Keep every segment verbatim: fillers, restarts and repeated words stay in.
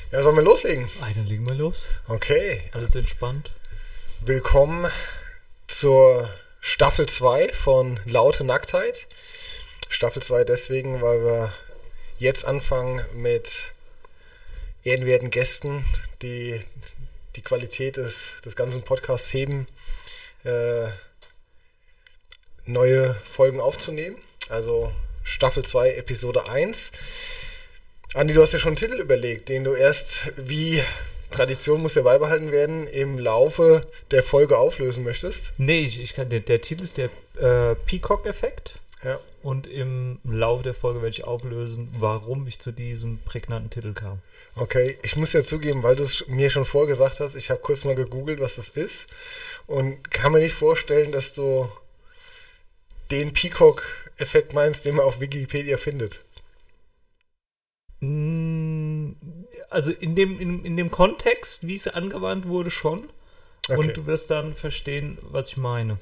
Ja, sollen wir loslegen? Dann legen wir los. Okay. Alles entspannt. Willkommen zur Staffel zwei von Laute Nacktheit. Staffel zwei deswegen, weil wir jetzt anfangen mit ehrenwerten Gästen, die die Qualität des, des ganzen Podcasts heben, äh, neue Folgen aufzunehmen. Also Staffel zwei, Episode eins. Andi, du hast ja schon einen Titel überlegt, den du erst, wie Tradition muss ja beibehalten werden, im Laufe der Folge auflösen möchtest. Nee, ich, ich kann, der, der Titel ist der äh, Peacock-Effekt. Ja. Und im Laufe der Folge werde ich auflösen, warum ich zu diesem prägnanten Titel kam. Okay, ich muss ja zugeben, weil du es mir schon vorgesagt hast, ich habe kurz mal gegoogelt, was das ist und kann mir nicht vorstellen, dass du den Peacock-Effekt meinst, den man auf Wikipedia findet. Also in dem, in, in dem Kontext, wie es angewandt wurde, schon. Okay. Und du wirst dann verstehen, was ich meine.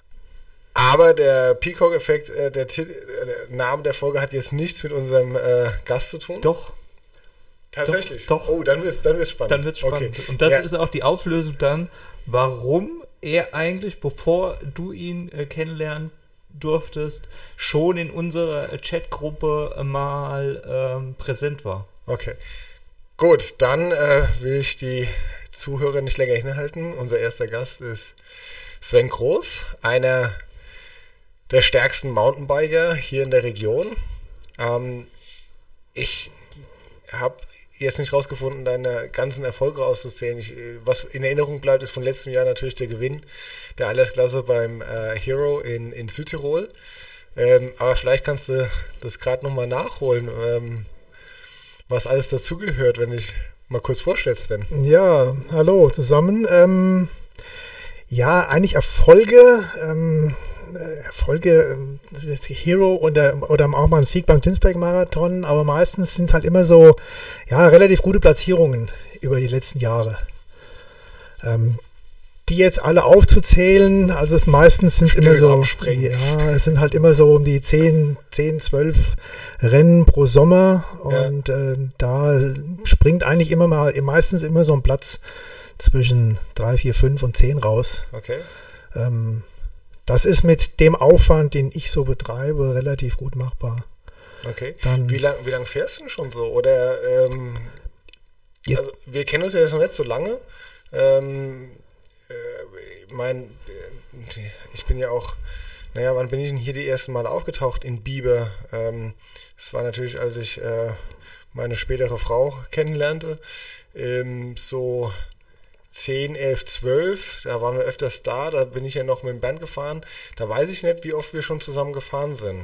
Aber der Peacock-Effekt, äh, der, Tit- äh, der Name der Folge hat jetzt nichts mit unserem äh, Gast zu tun? Doch. Tatsächlich? Doch. Oh, dann wird es dann wird's spannend. Dann wird es spannend. Okay. Und das ja. ist auch die Auflösung dann, warum er eigentlich, bevor du ihn äh, kennenlernen durftest, schon in unserer Chatgruppe mal ähm, präsent war. Okay. Gut, dann äh, will ich die Zuhörer nicht länger hinhalten. Unser erster Gast ist Sven Groß, einer der stärksten Mountainbiker hier in der Region. Ähm, ich habe jetzt nicht rausgefunden, deine ganzen Erfolge auszuzählen. Ich, was in Erinnerung bleibt, ist von letztem Jahr natürlich der Gewinn der Altersklasse beim äh, Hero in, in Südtirol. Ähm, aber vielleicht kannst du das gerade nochmal nachholen, ähm, was alles dazugehört, wenn ich mal kurz vorstellst, Sven. Ja, hallo zusammen. Ähm, ja, eigentlich Erfolge, ähm, Erfolge, das ist jetzt Hero oder, oder auch mal ein Sieg beim Dünsberg-Marathon, aber meistens sind es halt immer so, ja, relativ gute Platzierungen über die letzten Jahre. Ähm, die jetzt alle aufzuzählen, also es meistens sind es immer so, ja, es sind halt immer so um die zehn, zwölf Rennen pro Sommer und ja. äh, da springt eigentlich immer mal, meistens immer so ein Platz zwischen drei, vier, fünf und zehn raus. Okay. Ähm, das ist mit dem Aufwand, den ich so betreibe, relativ gut machbar. Okay. Dann, wie lange wie lang fährst du denn schon so? Oder, ähm, ja. Also wir kennen uns ja jetzt noch nicht so lange. Ähm, Ich meine, ich bin ja auch, naja, wann bin ich denn hier die ersten Mal aufgetaucht? In Bieber. Ähm, das war natürlich, als ich äh, meine spätere Frau kennenlernte. Ähm, so zehn, elf, zwölf, da waren wir öfters da, da bin ich ja noch mit dem Band gefahren. Da weiß ich nicht, wie oft wir schon zusammen gefahren sind.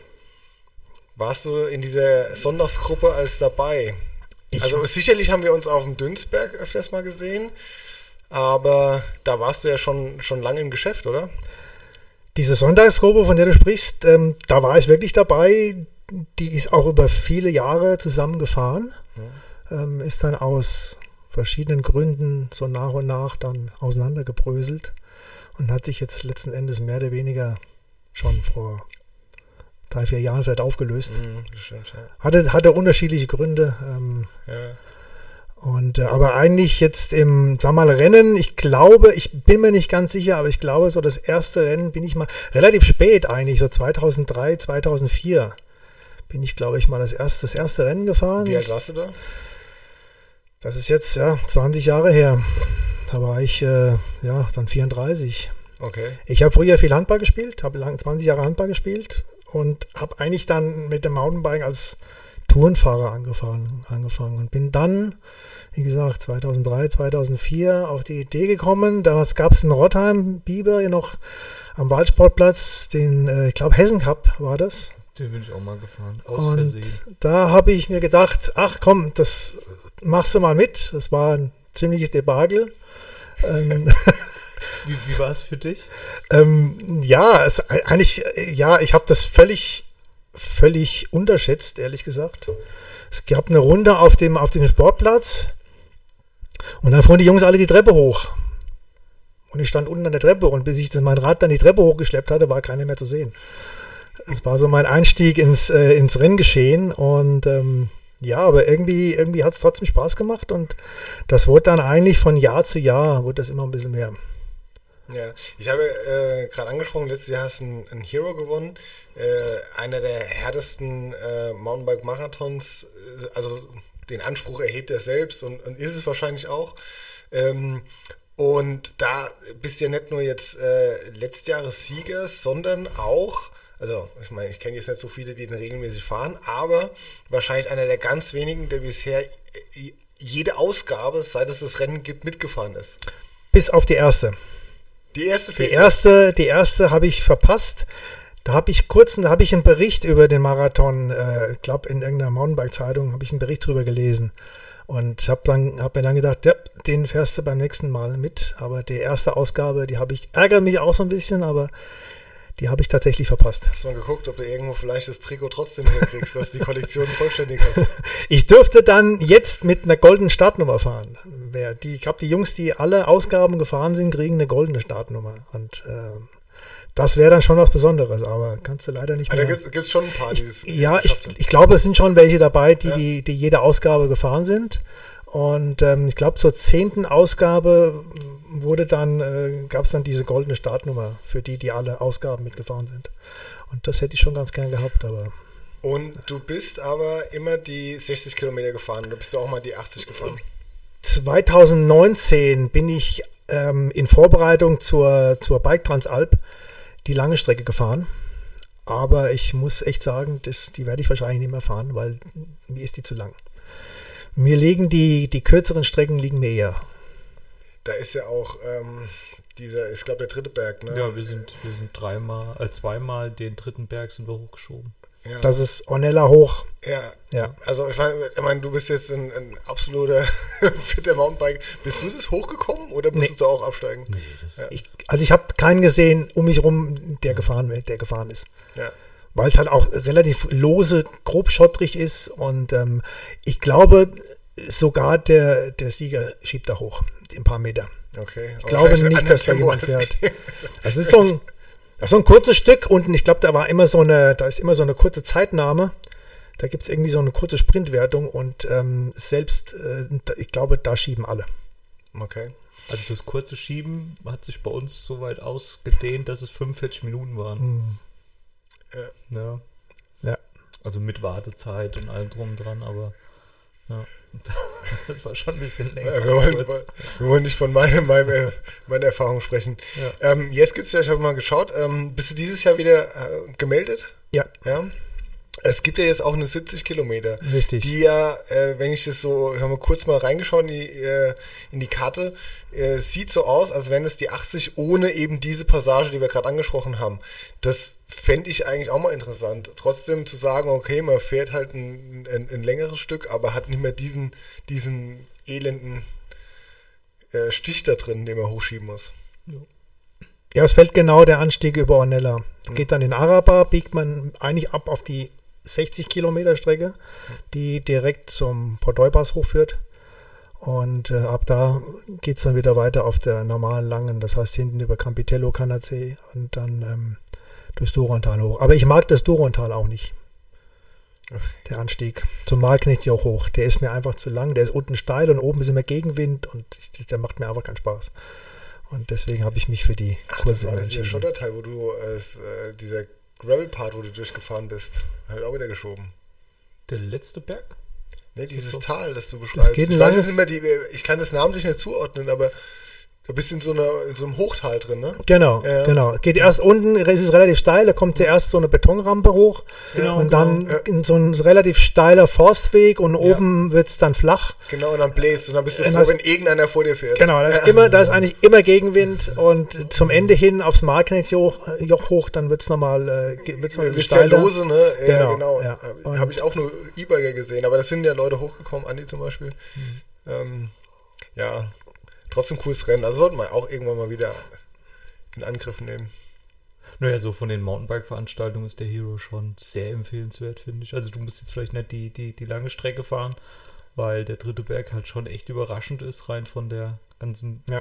Warst du in dieser Sonntagsgruppe als dabei? Ich also sicherlich haben wir uns auf dem Dünsberg öfters mal gesehen. Aber da warst du ja schon, schon lange im Geschäft, oder? Diese Sonntagsgruppe, von der du sprichst, ähm, da war ich wirklich dabei. Die ist auch über viele Jahre zusammen gefahren. Ja. Ähm, ist dann aus verschiedenen Gründen so nach und nach dann auseinandergebröselt und hat sich jetzt letzten Endes mehr oder weniger schon vor drei, vier Jahren vielleicht aufgelöst. Mhm, das stimmt, ja. Hatte, hatte unterschiedliche Gründe. Ähm, ja. Und, äh, aber eigentlich jetzt im, sag mal, Rennen, ich glaube, ich bin mir nicht ganz sicher, aber ich glaube, so das erste Rennen bin ich mal, relativ spät eigentlich, so zweitausenddrei, zweitausendvier bin ich, glaube ich, mal das erste, das erste Rennen gefahren. Wie alt warst du da? Das ist jetzt, ja, zwanzig Jahre her. Da war ich, äh, ja, dann vierunddreißig. Okay. Ich habe früher viel Handball gespielt, habe lang zwanzig Jahre Handball gespielt und habe eigentlich dann mit dem Mountainbiken als Tourenfahrer angefangen, angefangen und bin dann, wie gesagt, zweitausenddrei, zweitausendvier auf die Idee gekommen. Damals gab es in Rottheim, Bieber, hier noch am Waldsportplatz, den, äh, ich glaube, Hessen Cup war das. Den bin ich auch mal gefahren, aus und Versehen. Da habe ich mir gedacht, ach komm, das machst du mal mit. Das war ein ziemliches Debakel. ähm, wie wie war es für dich? ähm, ja, es, eigentlich, ja, ich habe das völlig völlig unterschätzt, ehrlich gesagt. Es gab eine Runde auf dem, auf dem Sportplatz und dann fuhren die Jungs alle die Treppe hoch. Und ich stand unten an der Treppe und bis ich mein Rad dann die Treppe hochgeschleppt hatte, war keiner mehr zu sehen. Das war so mein Einstieg ins, äh, ins Renngeschehen und ähm, Ja, aber irgendwie, irgendwie hat es trotzdem Spaß gemacht und das wurde dann eigentlich von Jahr zu Jahr, wurde das immer ein bisschen mehr. Ja, ich habe äh, gerade angesprochen, letztes Jahr hast du einen, einen Hero gewonnen, äh, einer der härtesten äh, Mountainbike-Marathons, äh, also den Anspruch erhebt er selbst und, und ist es wahrscheinlich auch. Ähm, und da bist du ja nicht nur jetzt äh, Letztjahressieger, sondern auch, also ich meine, ich kenne jetzt nicht so viele, die den regelmäßig fahren, aber wahrscheinlich einer der ganz wenigen, der bisher jede Ausgabe, seit es das Rennen gibt, mitgefahren ist. Bis auf die erste. Die erste Die erste, die erste habe ich verpasst. Da habe ich kurz, da habe ich einen Bericht über den Marathon, äh, ich glaube in irgendeiner Mountainbike-Zeitung, habe ich einen Bericht drüber gelesen. Und habe dann, hab mir dann gedacht, ja, den fährst du beim nächsten Mal mit. Aber die erste Ausgabe, die habe ich, ärgert mich auch so ein bisschen, aber die habe ich tatsächlich verpasst. Hast du mal geguckt, ob du irgendwo vielleicht das Trikot trotzdem herkriegst, dass die Kollektion vollständig ist? Ich dürfte dann jetzt mit einer goldenen Startnummer fahren. Wer die, ich glaube, die Jungs, die alle Ausgaben gefahren sind, kriegen eine goldene Startnummer. Und äh, das wäre dann schon was Besonderes, aber kannst du leider nicht mehr. Da gibt es schon ein paar, die es Ja, ich, ich glaube, es sind schon welche dabei, die, ja. die, die jede Ausgabe gefahren sind. Und ähm, ich glaube, zur zehnten Ausgabe wurde dann, äh, gab es dann diese goldene Startnummer für die, die alle Ausgaben mitgefahren sind. Und das hätte ich schon ganz gern gehabt, aber. Und du bist aber immer die sechzig Kilometer gefahren, oder bist du auch mal die achtzig gefahren? zwanzig neunzehn bin ich ähm, in Vorbereitung zur, zur Bike Transalp die lange Strecke gefahren. Aber ich muss echt sagen, das, die werde ich wahrscheinlich nicht mehr fahren, weil mir ist die zu lang. Mir liegen die, die kürzeren Strecken liegen mir eher. Da ist ja auch ähm, dieser, ich glaube der dritte Berg, ne? Ja, wir sind, wir sind dreimal, äh, zweimal den dritten Berg sind wir hochgeschoben. Ja. Das ist Ornella hoch. Ja, ja. Also ich meine, ich mein, du bist jetzt ein, ein absoluter fitter Mountainbike. Bist du das hochgekommen oder musstest nee. du auch absteigen? Nee, das ja. ich, also ich habe keinen gesehen um mich rum, der gefahren, der gefahren ist. Ja. Weil es halt auch relativ lose, grob schottrig ist und ähm, ich glaube, sogar der, der Sieger schiebt da hoch, ein paar Meter. Okay. Ich glaube nicht, dass da jemand fährt. Das ist so ein, das ist so ein kurzes Stück und ich glaube, da war immer so eine, da ist immer so eine kurze Zeitnahme. Da gibt es irgendwie so eine kurze Sprintwertung und ähm, selbst, äh, ich glaube, da schieben alle. Okay. Also das kurze Schieben hat sich bei uns so weit ausgedehnt, dass es fünfundvierzig Minuten waren. Mhm. Ja. ja. Ja. Also mit Wartezeit und allem drum dran, aber ja. Das war schon ein bisschen länger. Ja, wir, wollen, wir wollen nicht von meiner, meiner, meiner Erfahrung sprechen. Ja. Ähm, jetzt gibt es ja, ich habe mal geschaut, ähm, bist du dieses Jahr wieder äh, gemeldet? Ja. Ja. Es gibt ja jetzt auch eine siebzig Kilometer. Richtig. Die ja, äh, wenn ich das so, ich habe mal kurz mal reingeschaut in die, äh, in die Karte, äh, sieht so aus, als wenn es die achtzig ohne eben diese Passage, die wir gerade angesprochen haben. Das fände ich eigentlich auch mal interessant. Trotzdem zu sagen, okay, man fährt halt ein, ein, ein längeres Stück, aber hat nicht mehr diesen, diesen elenden äh, Stich da drin, den man hochschieben muss. Ja. Ja, es fällt genau der Anstieg über Ornella. Es geht dann in Araba, biegt man eigentlich ab auf die sechzig Kilometer Strecke, die direkt zum Port-Doipas hochführt. Und äh, ab da geht es dann wieder weiter auf der normalen langen, das heißt hinten über Campitello, Canazei und dann ähm, durchs Durontal hoch. Aber ich mag das Durontal auch nicht. Der Anstieg zum Malknecht auch hoch. Der ist mir einfach zu lang. Der ist unten steil und oben ist immer Gegenwind und der macht mir einfach keinen Spaß. Und deswegen habe ich mich für die Ach, Kurse das war entschieden. dieser Schotterteil, wo du, äh, dieser Gravel-Part, wo du durchgefahren bist, halt auch wieder geschoben. Der letzte Berg? Ne, dieses so? Tal, das du beschreibst. Das geht ein ich, weiß langes nicht mehr die, ich kann das namentlich nicht zuordnen, aber du bist in so, einer, in so einem Hochtal drin, ne? Genau, ja. genau. Geht erst unten, es ist relativ steil, da kommt zuerst so eine Betonrampe hoch genau, und dann genau. in so ein relativ steiler Forstweg und ja. oben wird es dann flach. Genau, und dann bläst und dann bist du froh, wenn irgendeiner vor dir fährt. Genau, da ist, ja. immer, da ist eigentlich immer Gegenwind und zum Ende hin aufs Marknecht-Joch hoch, dann wird es nochmal äh, wird's noch steiler. Lose, ne? Ja, genau. genau. Ja. Habe ich auch nur E-Biker gesehen, aber das sind ja Leute hochgekommen, Andi zum Beispiel. Mhm. Ähm, ja, trotzdem cooles Rennen. Also sollten wir auch irgendwann mal wieder in Angriff nehmen. Naja, so von den Mountainbike-Veranstaltungen ist der Hero schon sehr empfehlenswert, finde ich. Also du musst jetzt vielleicht nicht die, die, die lange Strecke fahren, weil der dritte Berg halt schon echt überraschend ist, rein von der ganzen ja.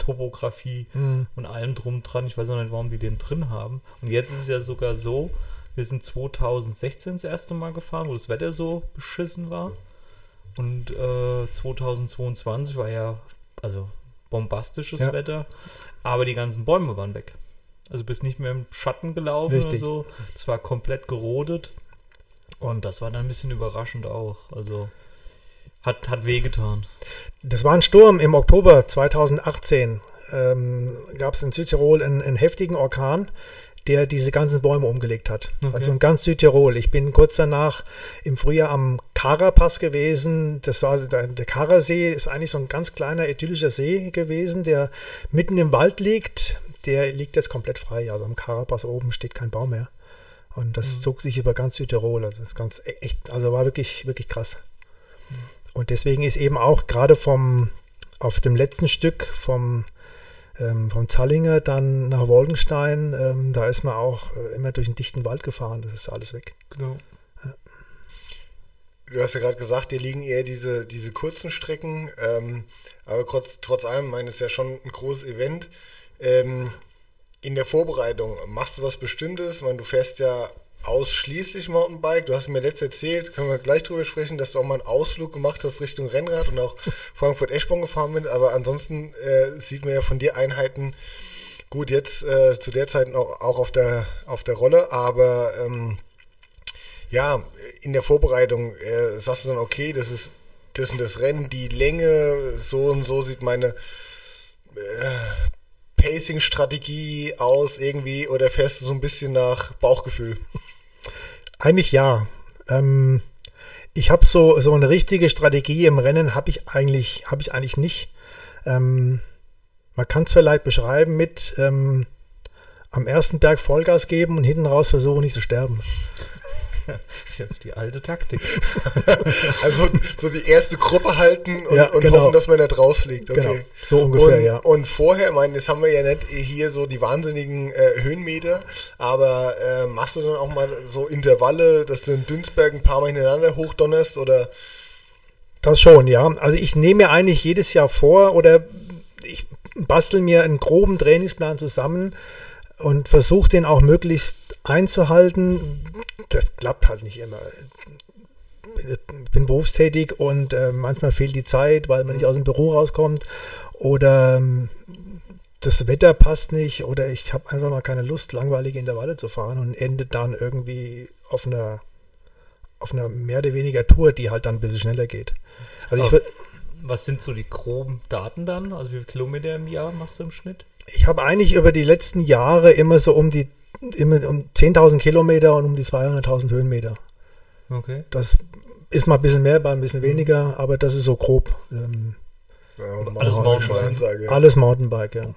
Streckentopografie mhm. und allem drum dran. Ich weiß auch nicht, warum die den drin haben. Und jetzt ist es ja sogar so, Wir sind zweitausendsechzehn das erste Mal gefahren, wo das Wetter so beschissen war. Und äh, zweitausendzweiundzwanzig war ja, also bombastisches Ja. Wetter, aber die ganzen Bäume waren weg. Also bist nicht mehr im Schatten gelaufen Richtig. oder so. Das war komplett gerodet. Und das war dann ein bisschen überraschend auch. Also hat, hat wehgetan. Das war ein Sturm im Oktober zweitausendachtzehn. Ähm, gab es in Südtirol einen, einen heftigen Orkan, der diese ganzen Bäume umgelegt hat. Okay. Also in ganz Südtirol. Ich bin kurz danach im Frühjahr am Kara-Pass gewesen. Das war der, der Kara-See, ist eigentlich so ein ganz kleiner idyllischer See gewesen, der mitten im Wald liegt. Der liegt jetzt komplett frei. Also am Kara-Pass oben steht kein Baum mehr. Und das mhm. zog sich über ganz Südtirol. Also das ist ganz echt, also war wirklich, wirklich krass. Mhm. Und deswegen ist eben auch gerade vom, auf dem letzten Stück vom Ähm, vom Zallinger dann nach Wolkenstein, ähm, da ist man auch äh, immer durch einen dichten Wald gefahren, das ist alles weg. Genau. Ja. Du hast ja gerade gesagt, dir liegen eher diese, diese kurzen Strecken, ähm, aber trotz, trotz allem, meine, ist ja schon ein großes Event. Ähm, in der Vorbereitung, machst du was Bestimmtes? Ich meine, du fährst ja ausschließlich Mountainbike. Du hast mir letztes erzählt, können wir gleich drüber sprechen, dass du auch mal einen Ausflug gemacht hast Richtung Rennrad und auch Frankfurt-Eschborn gefahren bist. Aber ansonsten äh, sieht man ja von dir Einheiten, gut, jetzt äh, zu der Zeit auch, auch auf der auf der Rolle, aber ähm, ja, in der Vorbereitung äh, sagst du dann, okay, das ist das und das Rennen, die Länge, so und so sieht meine äh, Pacing-Strategie aus irgendwie, oder fährst du so ein bisschen nach Bauchgefühl? Eigentlich ja. Ähm, ich habe so, so eine richtige Strategie im Rennen habe ich eigentlich, habe ich eigentlich nicht. Ähm, man kann es vielleicht beschreiben mit ähm, am ersten Berg Vollgas geben und hinten raus versuchen nicht zu sterben. Die alte Taktik. Also so die erste Gruppe halten und, Ja, und genau. hoffen, dass man nicht rausfliegt. Okay. Genau, so ungefähr, und, ja. Und vorher, ich meine, jetzt haben wir ja nicht hier so die wahnsinnigen äh, Höhenmeter, aber äh, machst du dann auch mal so Intervalle, dass du in Dünsberg ein paar Mal hintereinander hochdonnerst, oder? Das schon, ja. Also ich nehme mir eigentlich jedes Jahr vor oder ich bastel mir einen groben Trainingsplan zusammen und versuche den auch möglichst einzuhalten. Das klappt halt nicht immer. Ich bin berufstätig und äh, manchmal fehlt die Zeit, weil man nicht aus dem Büro rauskommt oder ähm, das Wetter passt nicht oder ich habe einfach mal keine Lust, langweilige Intervalle zu fahren und endet dann irgendwie auf einer, auf einer mehr oder weniger Tour, die halt dann ein bisschen schneller geht. Also ich, Was sind so die groben Daten dann? Also wie viele Kilometer im Jahr machst du im Schnitt? ich habe eigentlich über die letzten Jahre immer so um die immer um zehntausend Kilometer und um die zweihunderttausend Höhenmeter. Okay. Das ist mal ein bisschen mehr, mal ein bisschen weniger, aber das ist so grob. Ähm, Ja, Alles Mountainbike. Ansage, ja. alles Mountainbike, ja.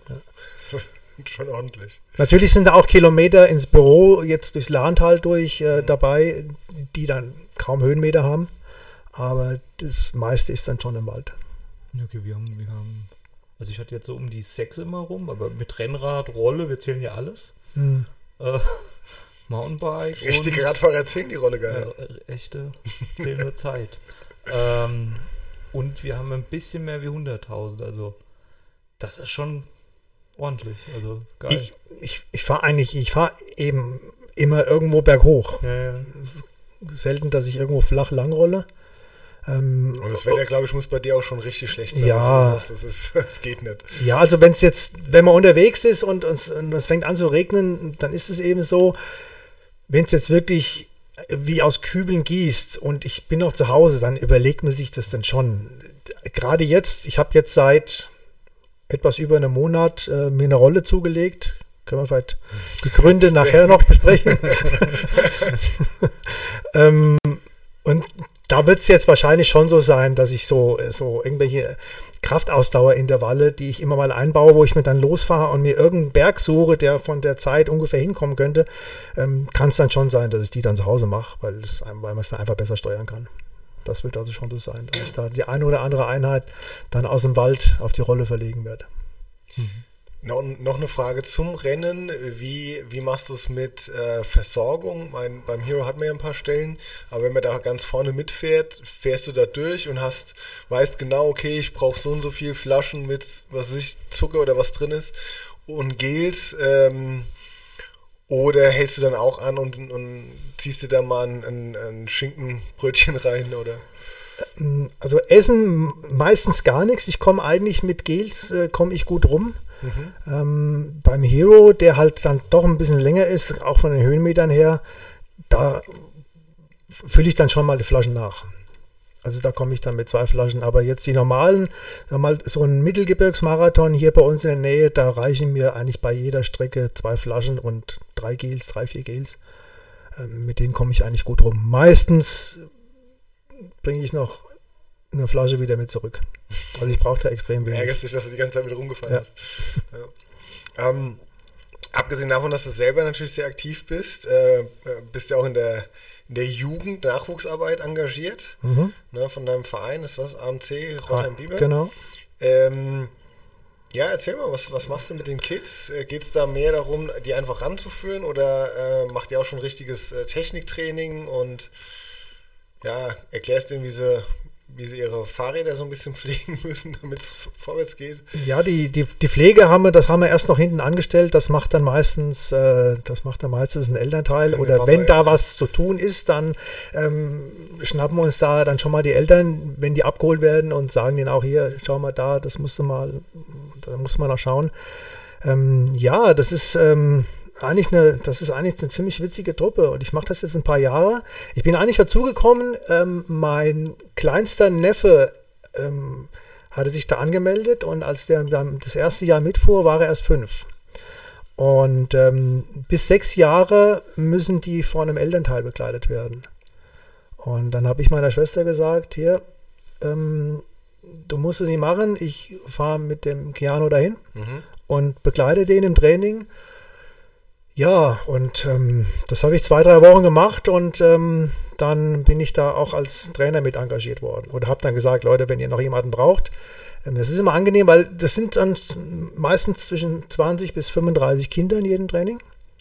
Schon ordentlich. Natürlich sind da auch Kilometer ins Büro, jetzt durchs Lahntal durch äh, dabei, die dann kaum Höhenmeter haben, aber das meiste ist dann schon im Wald. Okay, wir haben, wir haben, also ich hatte jetzt so um die sechs immer rum, aber mit Rennrad, Rolle, wir zählen ja alles. Hm. Äh, Mountainbike. Richtige Radfahrer zählen die Rolle gar nicht. Äh, echte zählen nur Zeit. ähm, und wir haben ein bisschen mehr wie hunderttausend, also das ist schon ordentlich, also geil. Ich, ich, ich fahre eigentlich, ich fahre eben immer irgendwo berghoch. ja, ja. Selten, dass ich irgendwo flach langrolle. Ähm, Und das Wetter, glaube ich, muss bei dir auch schon richtig schlecht sein. Ja. Das, ist, das, ist, das geht nicht. Ja, also wenn es jetzt, wenn man unterwegs ist und es, und es fängt an zu regnen, dann ist es eben so, wenn es jetzt wirklich wie aus Kübeln gießt und ich bin noch zu Hause, dann überlegt man sich das dann schon. Gerade jetzt, ich habe jetzt seit etwas über einem Monat äh, mir eine Rolle zugelegt. Können wir vielleicht die Gründe nachher noch besprechen. ähm, und da wird es jetzt wahrscheinlich schon so sein, dass ich so, so irgendwelche Kraftausdauerintervalle, die ich immer mal einbaue, wo ich mir dann losfahre und mir irgendeinen Berg suche, der von der Zeit ungefähr hinkommen könnte, ähm, kann es dann schon sein, dass ich die dann zu Hause mache, weil, es, weil man es dann einfach besser steuern kann. Das wird also schon so sein, dass ich da die eine oder andere Einheit dann aus dem Wald auf die Rolle verlegen werde. Mhm. No, noch eine Frage zum Rennen. Wie, wie machst du es mit äh, Versorgung? Mein, beim Hero hat man ja ein paar Stellen, aber wenn man da ganz vorne mitfährt, fährst du da durch und hast, weißt genau, okay, ich brauche so und so viel Flaschen mit, was weiß ich, Zucker oder was drin ist und Gels. Ähm, Oder hältst du dann auch an und, und ziehst dir da mal ein, ein, ein Schinkenbrötchen rein, oder? Also Essen meistens gar nichts. Ich komme eigentlich mit Gels, äh, komme ich gut rum. Mhm. Ähm, beim Hero, der halt dann doch ein bisschen länger ist, auch von den Höhenmetern her, da fülle ich dann schon mal die Flaschen nach. Also da komme ich dann mit zwei Flaschen. Aber jetzt die normalen, sag mal, so ein Mittelgebirgsmarathon hier bei uns in der Nähe, da reichen mir eigentlich bei jeder Strecke zwei Flaschen und drei Gels, drei, vier Gels. Ähm, mit denen komme ich eigentlich gut rum. Meistens bringe ich noch eine Flasche wieder mit zurück. Also ich brauche da extrem wenig. Ärgerst dich, dass du die ganze Zeit mit rumgefahren ja. hast. Ja. Ähm, abgesehen davon, dass du selber natürlich sehr aktiv bist, äh, bist du ja auch in der in der Jugend-Nachwuchsarbeit engagiert, mhm. ne, von deinem Verein, ist was, A M C, Rottheim-Bieber? Genau. Ähm, ja, erzähl mal, was, was machst du mit den Kids? Äh, Geht es da mehr darum, die einfach ranzuführen, oder äh, macht ihr auch schon richtiges äh, Techniktraining und ja, erklärst denen, wie sie, wie sie ihre Fahrräder so ein bisschen pflegen müssen, damit es vorwärts geht? Ja, die, die, die Pflege haben wir, das haben wir erst noch hinten angestellt. Das macht dann meistens, äh, das macht dann meistens ein Elternteil. Ja, oder wenn da was zu tun ist, dann ähm, schnappen wir uns da dann schon mal die Eltern, wenn die abgeholt werden, und sagen denen auch: Hier, schau mal da, das musst du mal, da muss man noch schauen. Ähm, ja, das ist ähm, eigentlich eine, das ist eigentlich eine ziemlich witzige Truppe, und ich mache das jetzt ein paar Jahre. Ich bin eigentlich dazu gekommen, ähm, mein kleinster Neffe ähm, hatte sich da angemeldet, und als der dann das erste Jahr mitfuhr, war er erst fünf. Und ähm, bis sechs Jahre müssen die von einem Elternteil begleitet werden. Und dann habe ich meiner Schwester gesagt: Hier, ähm, du musst es nicht machen, ich fahre mit dem Keanu dahin mhm. und begleite den im Training. Ja, und ähm, das habe ich zwei, drei Wochen gemacht, und ähm, dann bin ich da auch als Trainer mit engagiert worden und habe dann gesagt: Leute, wenn ihr noch jemanden braucht, ähm, das ist immer angenehm, weil das sind dann meistens zwischen zwanzig bis fünfunddreißig Kinder in jedem Training.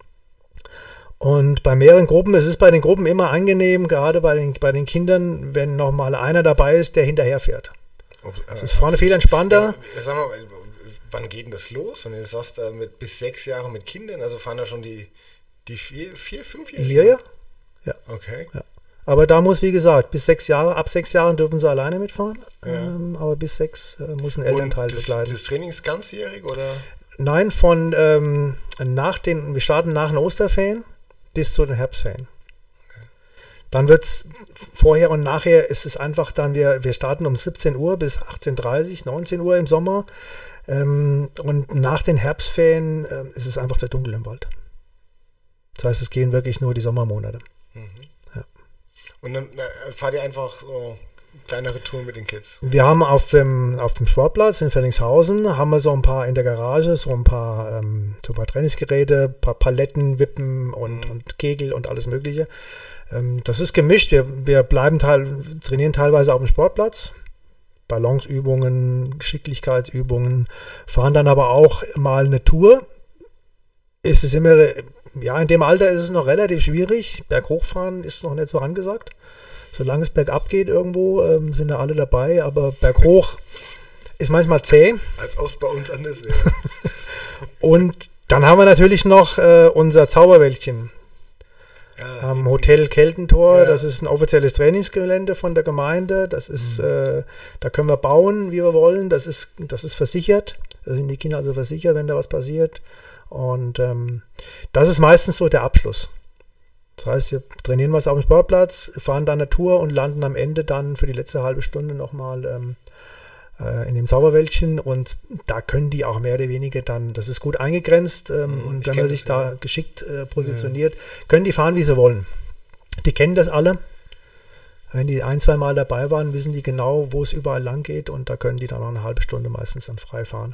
Und bei mehreren Gruppen, es ist bei den Gruppen immer angenehm, gerade bei den, bei den Kindern, wenn noch mal einer dabei ist, der hinterher fährt. Es ist vorne viel entspannter. Ja, sag mal, wann geht denn das los, wenn du sagst, äh, mit bis sechs Jahre mit Kindern? Also fahren da schon die, die vier, vier fünfjährigen? Ja, ja. Ja. Okay. Ja. Aber da muss, wie gesagt, bis sechs Jahre, ab sechs Jahren dürfen sie alleine mitfahren, ja. ähm, aber bis sechs äh, muss ein Elternteil das, begleiten. Das Training ist ganzjährig, oder? Nein, von ähm, nach den, wir starten nach den Osterferien bis zu den Herbstferien. Okay. Dann wird es vorher und nachher, ist es einfach dann, wir, wir starten um siebzehn Uhr bis achtzehn Uhr dreißig, neunzehn Uhr im Sommer. Ähm, und nach den Herbstferien äh, ist es einfach sehr dunkel im Wald. Das heißt, es gehen wirklich nur die Sommermonate. Mhm. Ja. Und dann äh, fahrt ihr einfach so kleinere Touren mit den Kids? Wir haben auf dem, auf dem Sportplatz in Fellingshausen, haben wir so ein paar in der Garage, so ein paar, ähm, so ein paar Trainingsgeräte, ein paar Paletten, Wippen und, mhm. und Kegel und alles Mögliche. Ähm, das ist gemischt. Wir, wir bleiben teil, trainieren teilweise auf dem Sportplatz. Balanceübungen, Geschicklichkeitsübungen, fahren dann aber auch mal eine Tour. Ist es immer, ja, in dem Alter ist es noch relativ schwierig. Berghochfahren ist noch nicht so angesagt. Solange es bergab geht irgendwo, ähm, sind da alle dabei, aber berghoch ist manchmal zäh. Als aus bei uns anders wäre. Und dann haben wir natürlich noch äh, unser Zauberwäldchen. Ja, am Hotel Keltentor, ja. Das ist ein offizielles Trainingsgelände von der Gemeinde. Das ist, mhm. äh, da können wir bauen, wie wir wollen. Das ist, das ist versichert. Da sind die Kinder also versichert, wenn da was passiert. Und ähm, das ist meistens so der Abschluss. Das heißt, wir trainieren was auf dem Sportplatz, fahren dann eine Tour und landen am Ende dann für die letzte halbe Stunde nochmal ähm, äh, in dem Zauberwäldchen, und da können die auch mehr oder weniger dann, das ist gut eingegrenzt, ähm, mhm, und wenn man sich das, da ja. geschickt äh, positioniert, ja. können die fahren, wie sie wollen. Die kennen das alle. Wenn die ein, zwei Mal dabei waren, wissen die genau, wo es überall lang geht, und da können die dann noch eine halbe Stunde meistens dann frei fahren.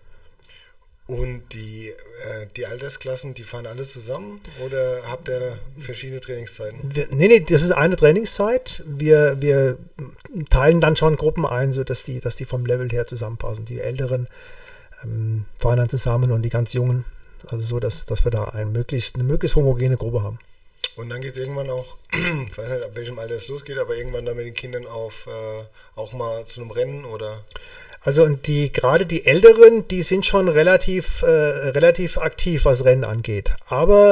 Und die, äh, die Altersklassen, die fahren alle zusammen, oder habt ihr verschiedene Trainingszeiten? Wir, nee, nee, das ist eine Trainingszeit. Wir, wir teilen dann schon Gruppen ein, sodass die, dass die vom Level her zusammenpassen. Die Älteren ähm, fahren dann zusammen und die ganz Jungen. Also so, dass, dass wir da ein möglichst, eine möglichst homogene Gruppe haben. Und dann geht es irgendwann auch, ich weiß nicht, ab welchem Alter es losgeht, aber irgendwann dann mit den Kindern auf äh, auch mal zu einem Rennen, oder? Also und die gerade die Älteren, die sind schon relativ, äh, relativ aktiv, was Rennen angeht. Aber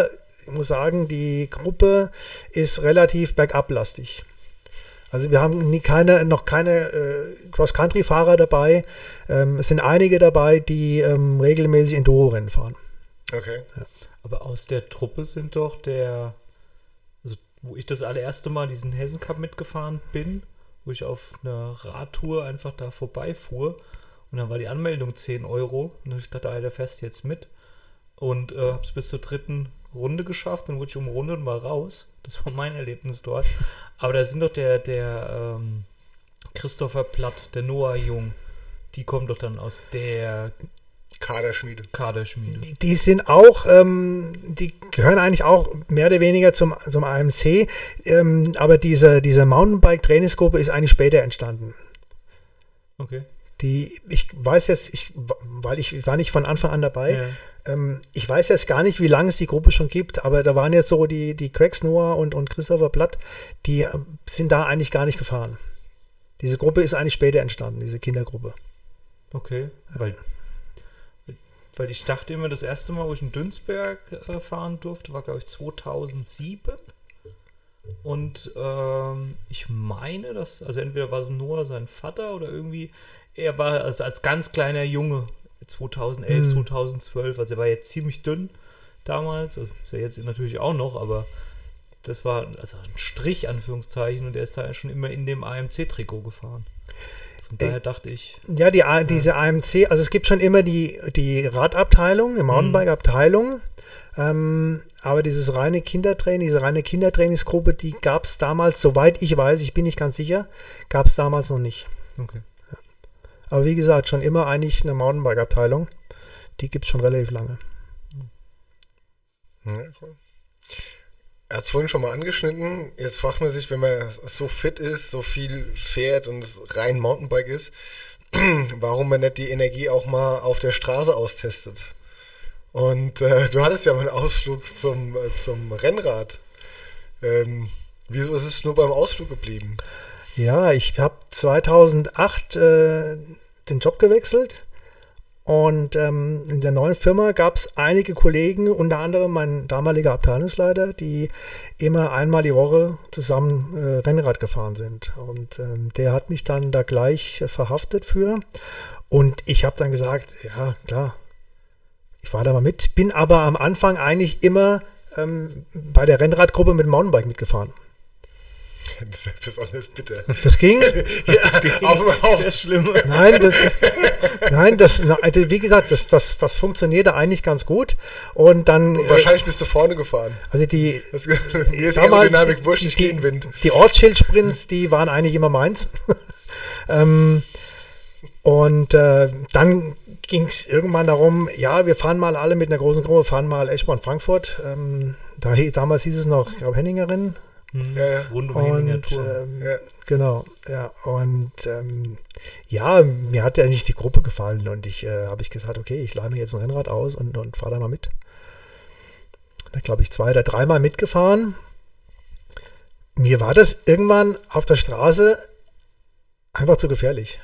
ich muss sagen, die Gruppe ist relativ bergablastig. Also wir haben nie keine, noch keine äh, Cross-Country-Fahrer dabei. Ähm, es sind einige dabei, die ähm, regelmäßig Enduro-Rennen fahren. Okay. Ja. Aber aus der Truppe sind doch der, also wo ich das allererste Mal diesen Hessen Cup mitgefahren bin, wo ich auf einer Radtour einfach da vorbeifuhr und dann war die Anmeldung zehn Euro und ich dachte, Alter, fährst jetzt mit und äh, hab's bis zur dritten Runde geschafft, dann wurde ich umrundet und mal raus. Das war mein Erlebnis dort. Aber da sind doch der, der ähm, Christopher Platt, der Noah Jung, die kommen doch dann aus der Kaderschmiede. Kaderschmiede. Die, die sind auch, ähm, die gehören eigentlich auch mehr oder weniger zum, zum A M C, ähm, aber diese, diese Mountainbike-Trainingsgruppe ist eigentlich später entstanden. Okay. Die, ich weiß jetzt, ich, weil ich war nicht von Anfang an dabei, Ja. ähm, ich weiß jetzt gar nicht, wie lange es die Gruppe schon gibt, aber da waren jetzt so die, die Craigs Noah und, und Christopher Platt, die äh, sind da eigentlich gar nicht gefahren. Diese Gruppe ist eigentlich später entstanden, diese Kindergruppe. Okay, weil, weil ich dachte immer, das erste Mal, wo ich in Dünsberg äh, fahren durfte, war, glaube ich, zweitausendsieben. Und ähm, ich meine, dass, also entweder war es Noah sein Vater oder irgendwie, er war also als ganz kleiner Junge zweitausendelf, Hm. zweitausendzwölf, also er war jetzt ziemlich dünn damals, also ist er jetzt natürlich auch noch, aber das war also ein Strich, Anführungszeichen, und er ist da schon immer in dem A M C-Trikot gefahren. Von daher dachte ich, Ja, die, A- diese A M C, also es gibt schon immer die, die Radabteilung, die Mountainbike-Abteilung, ähm, aber dieses reine Kindertraining, diese reine Kindertrainingsgruppe, die gab es damals, soweit ich weiß, ich bin nicht ganz sicher, gab es damals noch nicht. okay. Aber wie gesagt, schon immer eigentlich eine Mountainbike-Abteilung, die gibt es schon relativ lange. Ja, cool. Er hat es vorhin schon mal angeschnitten. Jetzt fragt man sich, wenn man so fit ist, so viel fährt und es rein Mountainbike ist, warum man nicht die Energie auch mal auf der Straße austestet. Und äh, du hattest ja mal einen Ausflug zum, äh, zum Rennrad. Ähm, wieso ist es nur beim Ausflug geblieben? Ja, ich habe zweitausendacht äh, den Job gewechselt und ähm, in der neuen Firma gab es einige Kollegen, unter anderem mein damaliger Abteilungsleiter, die immer einmal die Woche zusammen äh, Rennrad gefahren sind. Und ähm, der hat mich dann da gleich äh, verhaftet für. Und ich habe dann gesagt, ja klar, ich fahre da mal mit, bin aber am Anfang eigentlich immer ähm, bei der Rennradgruppe mit dem Mountainbike mitgefahren. Das ist ja besonders bitter. Das ging. Ja, auf, auf, Sehr schlimm. Nein, das, nein, das, na, also wie gesagt, das, das, das funktionierte eigentlich ganz gut. Und dann. Und wahrscheinlich bist du vorne gefahren. Also die. Das, mir ist sag mal, Aerodynamik wurscht, ich gehe die, in den Wind. die Ortsschildsprints, die waren eigentlich immer meins. ähm, und äh, dann ging es irgendwann darum, ja, wir fahren mal alle mit einer großen Gruppe, fahren mal Eschborn-Frankfurt. Ähm, da, damals hieß es noch, ich glaube, Henningerin. Hm. Ja, ja. Rund um Henninger Und Turm. ähm, Ja. genau, ja, und ähm, ja, mir hat ja nicht die Gruppe gefallen und ich äh, habe ich gesagt, okay, ich leihe mir jetzt ein Rennrad aus und, und fahre da mal mit. Da glaube ich zwei oder dreimal mitgefahren. Mir war das irgendwann auf der Straße einfach zu gefährlich.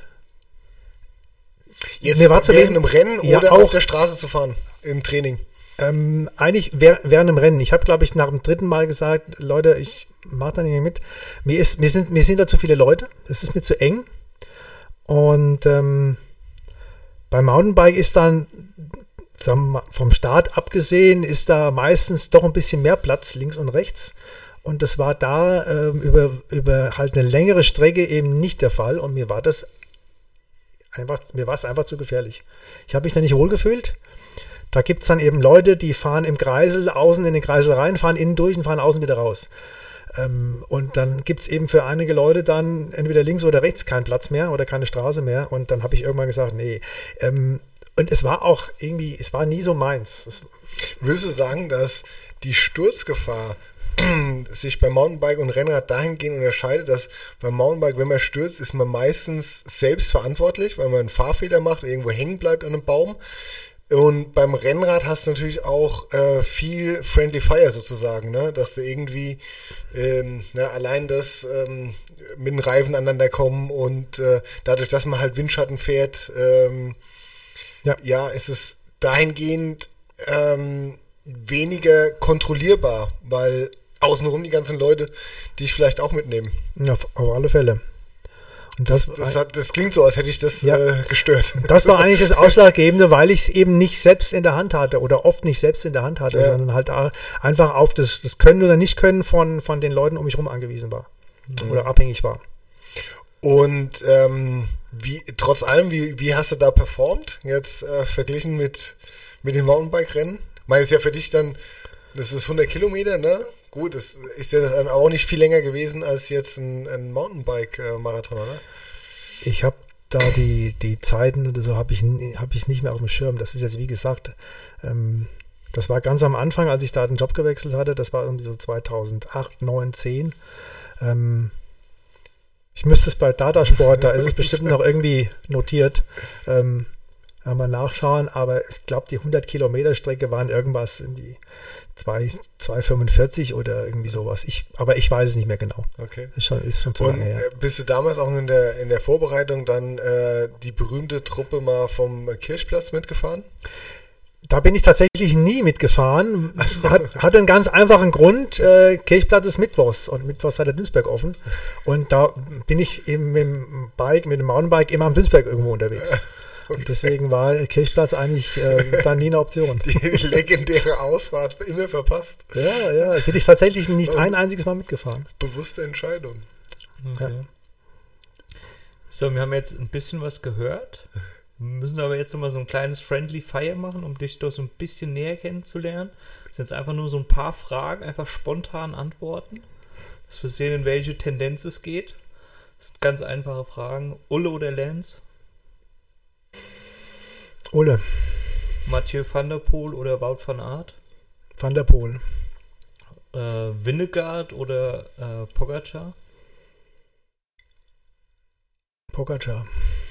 Jetzt Mir war zu während wenig- einem Rennen Ja, oder auch. auf der Straße zu fahren, im Training. Ähm, eigentlich währ, während dem Rennen. Ich habe, glaube ich, nach dem dritten Mal gesagt, Leute, ich mache da nicht mehr mit. Mir, ist, mir, sind, mir sind da zu viele Leute. Es ist mir zu eng. Und ähm, beim Mountainbike ist dann, sagen wir mal, vom Start abgesehen, ist da meistens doch ein bisschen mehr Platz links und rechts. Und das war da ähm, über, über halt eine längere Strecke eben nicht der Fall. Und mir war das einfach, mir war es einfach zu gefährlich. Ich habe mich da nicht wohlgefühlt. Da gibt es dann eben Leute, die fahren im Kreisel, außen in den Kreisel rein, fahren innen durch und fahren außen wieder raus. Ähm, und dann gibt es eben für einige Leute dann entweder links oder rechts keinen Platz mehr oder keine Straße mehr. Und dann habe ich irgendwann gesagt, nee. Ähm, und es war auch irgendwie, es war nie so meins. Es, Würdest du sagen, dass die Sturzgefahr sich beim Mountainbike und Rennrad dahingehend unterscheidet, dass beim Mountainbike, wenn man stürzt, ist man meistens selbst verantwortlich, weil man einen Fahrfehler macht, irgendwo hängen bleibt an einem Baum. Und beim Rennrad hast du natürlich auch äh, viel Friendly Fire sozusagen, ne? Dass du irgendwie ähm, ne, allein das ähm, mit den Reifen aneinander kommen und äh, dadurch, dass man halt Windschatten fährt, ähm, Ja. ja, ist es dahingehend ähm, weniger kontrollierbar, weil außenrum die ganzen Leute dich vielleicht auch mitnehmen. Ja, auf, auf alle Fälle. Und das, das, das, hat, das klingt so, als hätte ich das ja, äh, gestört. Das war eigentlich das Ausschlaggebende, weil ich es eben nicht selbst in der Hand hatte oder oft nicht selbst in der Hand hatte, ja. sondern halt einfach auf das, das Können oder Nicht-Können von, von den Leuten um mich herum angewiesen war mhm. oder abhängig war. Und ähm, wie, trotz allem, wie, wie hast du da performt, jetzt äh, verglichen mit, mit den Mountainbike-Rennen? Ich meine, das ist ja für dich dann, das ist hundert Kilometer, ne? Gut, das ist ja dann auch nicht viel länger gewesen als jetzt ein, ein Mountainbike-Marathon, oder? Ich habe da die, die Zeiten oder so habe ich, hab ich nicht mehr auf dem Schirm. Das ist jetzt, wie gesagt, ähm, das war ganz am Anfang, als ich da den Job gewechselt hatte. Das war irgendwie so zweitausendacht, neun, zehn. Ähm, ich müsste es bei Datasport, da ist es bestimmt noch irgendwie notiert, ähm, mal nachschauen. Aber ich glaube, die hundert Kilometer Strecke waren irgendwas in die zwei fünfundvierzig oder irgendwie sowas. Ich, aber ich weiß es nicht mehr genau. Okay. Ist schon, ist schon zu Und lange her. Bist du damals auch in der, in der Vorbereitung dann äh, die berühmte Truppe mal vom Kirchplatz mitgefahren? Da bin ich tatsächlich nie mitgefahren. Hat, hat einen ganz einfachen Grund. Äh, Kirchplatz ist Mittwochs und Mittwochs hat der Dünsberg offen. Und da bin ich eben mit dem Bike, mit dem Mountainbike immer am Dünsberg irgendwo unterwegs. Okay. Und deswegen war Kirchplatz eigentlich äh, dann nie eine Option. Die legendäre Ausfahrt immer verpasst. Ja, ja. Ich bin ich tatsächlich nicht ein einziges Mal mitgefahren. Bewusste Entscheidung. Okay. Ja. So, wir haben jetzt ein bisschen was gehört. Wir müssen aber jetzt nochmal so ein kleines Friendly Fire machen, um dich doch so ein bisschen näher kennenzulernen. Das sind jetzt einfach nur so ein paar Fragen, einfach spontan antworten. Dass wir sehen, in welche Tendenz es geht. Das sind ganz einfache Fragen. Ulle oder Lance? Ulle. Mathieu van der Poel oder Wout van Aert? Van der Poel. Äh, Vingegaard oder äh, Pogacar? Pogacar.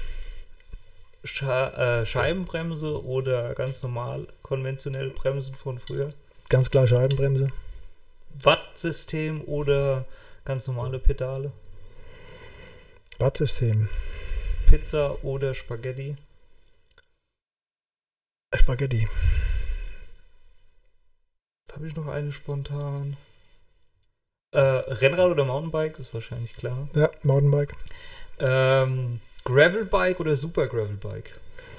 Sche- äh, Scheibenbremse oder ganz normal konventionelle Bremsen von früher? Ganz klar Scheibenbremse. Wattsystem oder ganz normale Pedale? Wattsystem. Pizza oder Spaghetti? Spaghetti. Habe ich noch eine spontan? Äh, Rennrad oder Mountainbike? Ist wahrscheinlich klar. Ja, Mountainbike. Ähm, Gravelbike oder Super Gravelbike?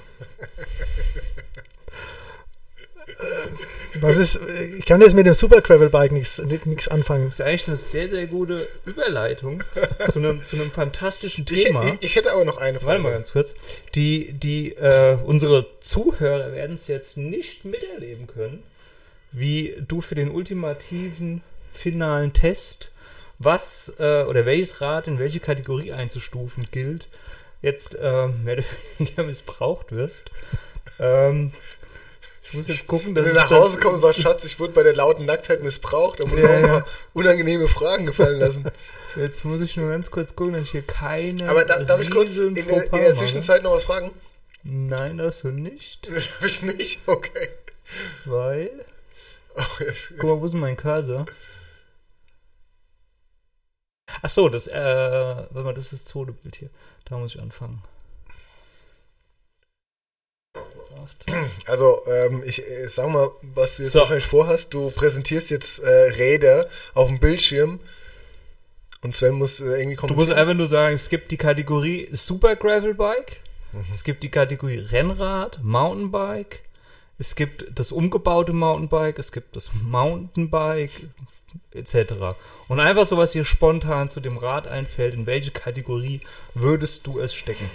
Was ist, ich kann jetzt mit dem Super Gravelbike nichts anfangen. Das ist eigentlich eine sehr, sehr gute Überleitung zu einem, zu einem fantastischen Thema. Ich, ich, ich hätte aber noch eine Frage. Warte mal ganz kurz. Die, die, äh, unsere Zuhörer werden es jetzt nicht miterleben können, wie du für den ultimativen finalen Test, was äh, oder welches Rad in welche Kategorie einzustufen gilt, jetzt äh, mehr oder weniger missbraucht wirst. ähm, Ich muss jetzt gucken, dass Wenn du nach Hause kommst und sagst, Schatz, ich wurde bei der lauten Nacktheit missbraucht, dann muss ich ja, auch ja. mal unangenehme Fragen gefallen lassen. Jetzt muss ich nur ganz kurz gucken, dass ich hier keine. Aber da, darf ich kurz in der, in der Zwischenzeit noch was fragen? Nein, das du nicht. Das habe ich nicht? Okay. Weil. Oh, yes, yes. Guck mal, wo ist denn mein Cursor? Achso, das, äh, warte mal, das ist das zweite Bild hier. Da muss ich anfangen. Also, ähm, ich, ich sag mal, was du jetzt so. wahrscheinlich vorhast. Du präsentierst jetzt äh, Räder auf dem Bildschirm und Sven muss äh, irgendwie kommentieren. Du musst einfach nur sagen, es gibt die Kategorie Super Gravelbike, mhm. es gibt die Kategorie Rennrad, Mountainbike, es gibt das umgebaute Mountainbike, es gibt das Mountainbike, et cetera. Und einfach so, was dir spontan zu dem Rad einfällt, in welche Kategorie würdest du es stecken?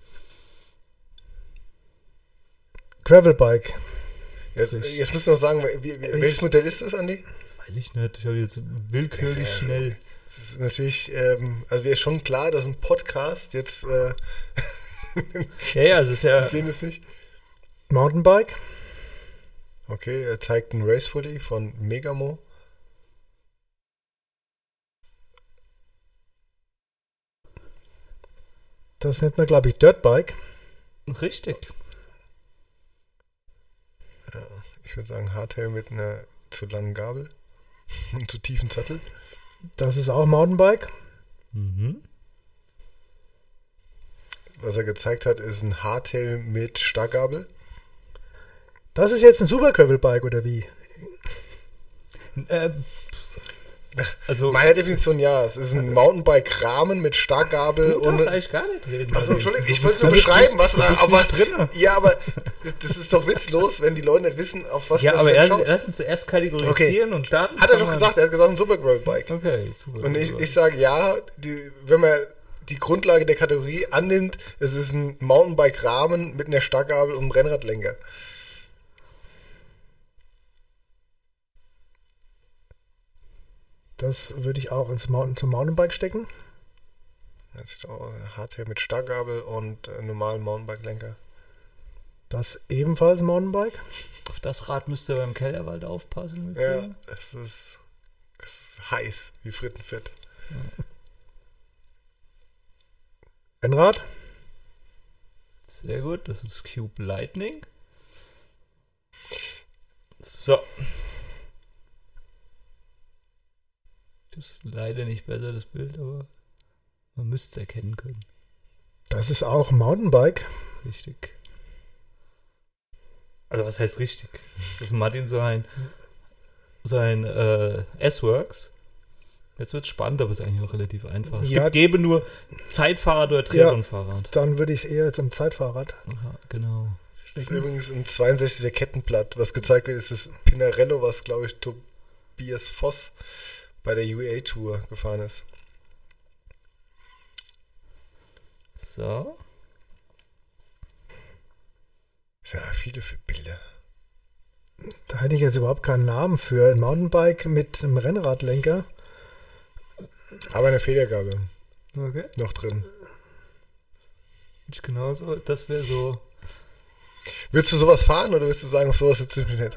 Gravelbike. Jetzt, jetzt müssen wir noch sagen, wie, wie, welches Modell ist das, Andi? Weiß ich nicht, ich habe jetzt willkürlich das, äh, schnell. Das ist natürlich, ähm, also dir ist schon klar, dass ein Podcast jetzt äh, ja, ja, es ist ja. Wir sehen es nicht. Mountainbike. Okay, er zeigt ein Racefully von Megamo. Das nennt man, glaube ich, Dirtbike. Richtig. Ja, ich würde sagen Hardtail mit einer zu langen Gabel und zu tiefen Sattel. Das ist auch Mountainbike. Mhm. Was er gezeigt hat, ist ein Hardtail mit Starkgabel. Das ist jetzt ein Super Gravelbike oder wie? Äh, also, Meine Definition, ja. Es ist ein Mountainbike-Rahmen mit Starkgabel du und. darfst eigentlich gar nicht reden. Achso, Entschuldigung, ich wollte Du nur bist beschreiben, nicht- was. du bist Auf was nicht drin. ja, aber das ist doch witzlos, wenn die Leute nicht wissen, auf was Ja, das aber für er, ein Schaut. lass uns zuerst kategorisieren Okay. und starten. Hat er kann doch man- gesagt, er hat gesagt, ein Supergravel-Bike. Okay, super. Und ich, super. ich sage ja, die, wenn man die Grundlage der Kategorie annimmt, es ist ein Mountainbike-Rahmen mit einer Starkgabel und einem Rennradlenker. Das würde ich auch ins Mountain, zum Mountainbike stecken. Das sieht auch Hardtail mit Starkgabel und äh, normalen Mountainbike-Lenker. Das ebenfalls Mountainbike. Auf das Rad müsst ihr beim Kellerwald aufpassen. Ja, es ist, es ist heiß, wie Frittenfett. Rennrad. Sehr gut, das ist Cube Lightning. So. Das ist leider nicht besser, das Bild, aber man müsste es erkennen können. Das ist auch Mountainbike. Richtig. Also was heißt richtig? Das ist Martin sein, sein äh, S-Works. Jetzt wird es spannend, aber es ist eigentlich auch relativ einfach. Es Ja. gibt, gäbe nur Zeitfahrrad oder Triathlon-Fahrrad. Dann würde ich es eher zum Zeitfahrrad. Aha, genau. Das ist übrigens ein zweiundsechziger Kettenblatt. Was gezeigt wird, ist das Pinarello, was, glaube ich, Tobias Voss bei der U A A-Tour gefahren ist. So. Ja, viele für Bilder. Da hätte ich jetzt überhaupt keinen Namen für. Ein Mountainbike mit einem Rennradlenker. Aber eine Federgabel Okay. noch drin. Ich genauso. Das wäre so. Willst du sowas fahren oder willst du sagen, auf sowas sitzt du nicht?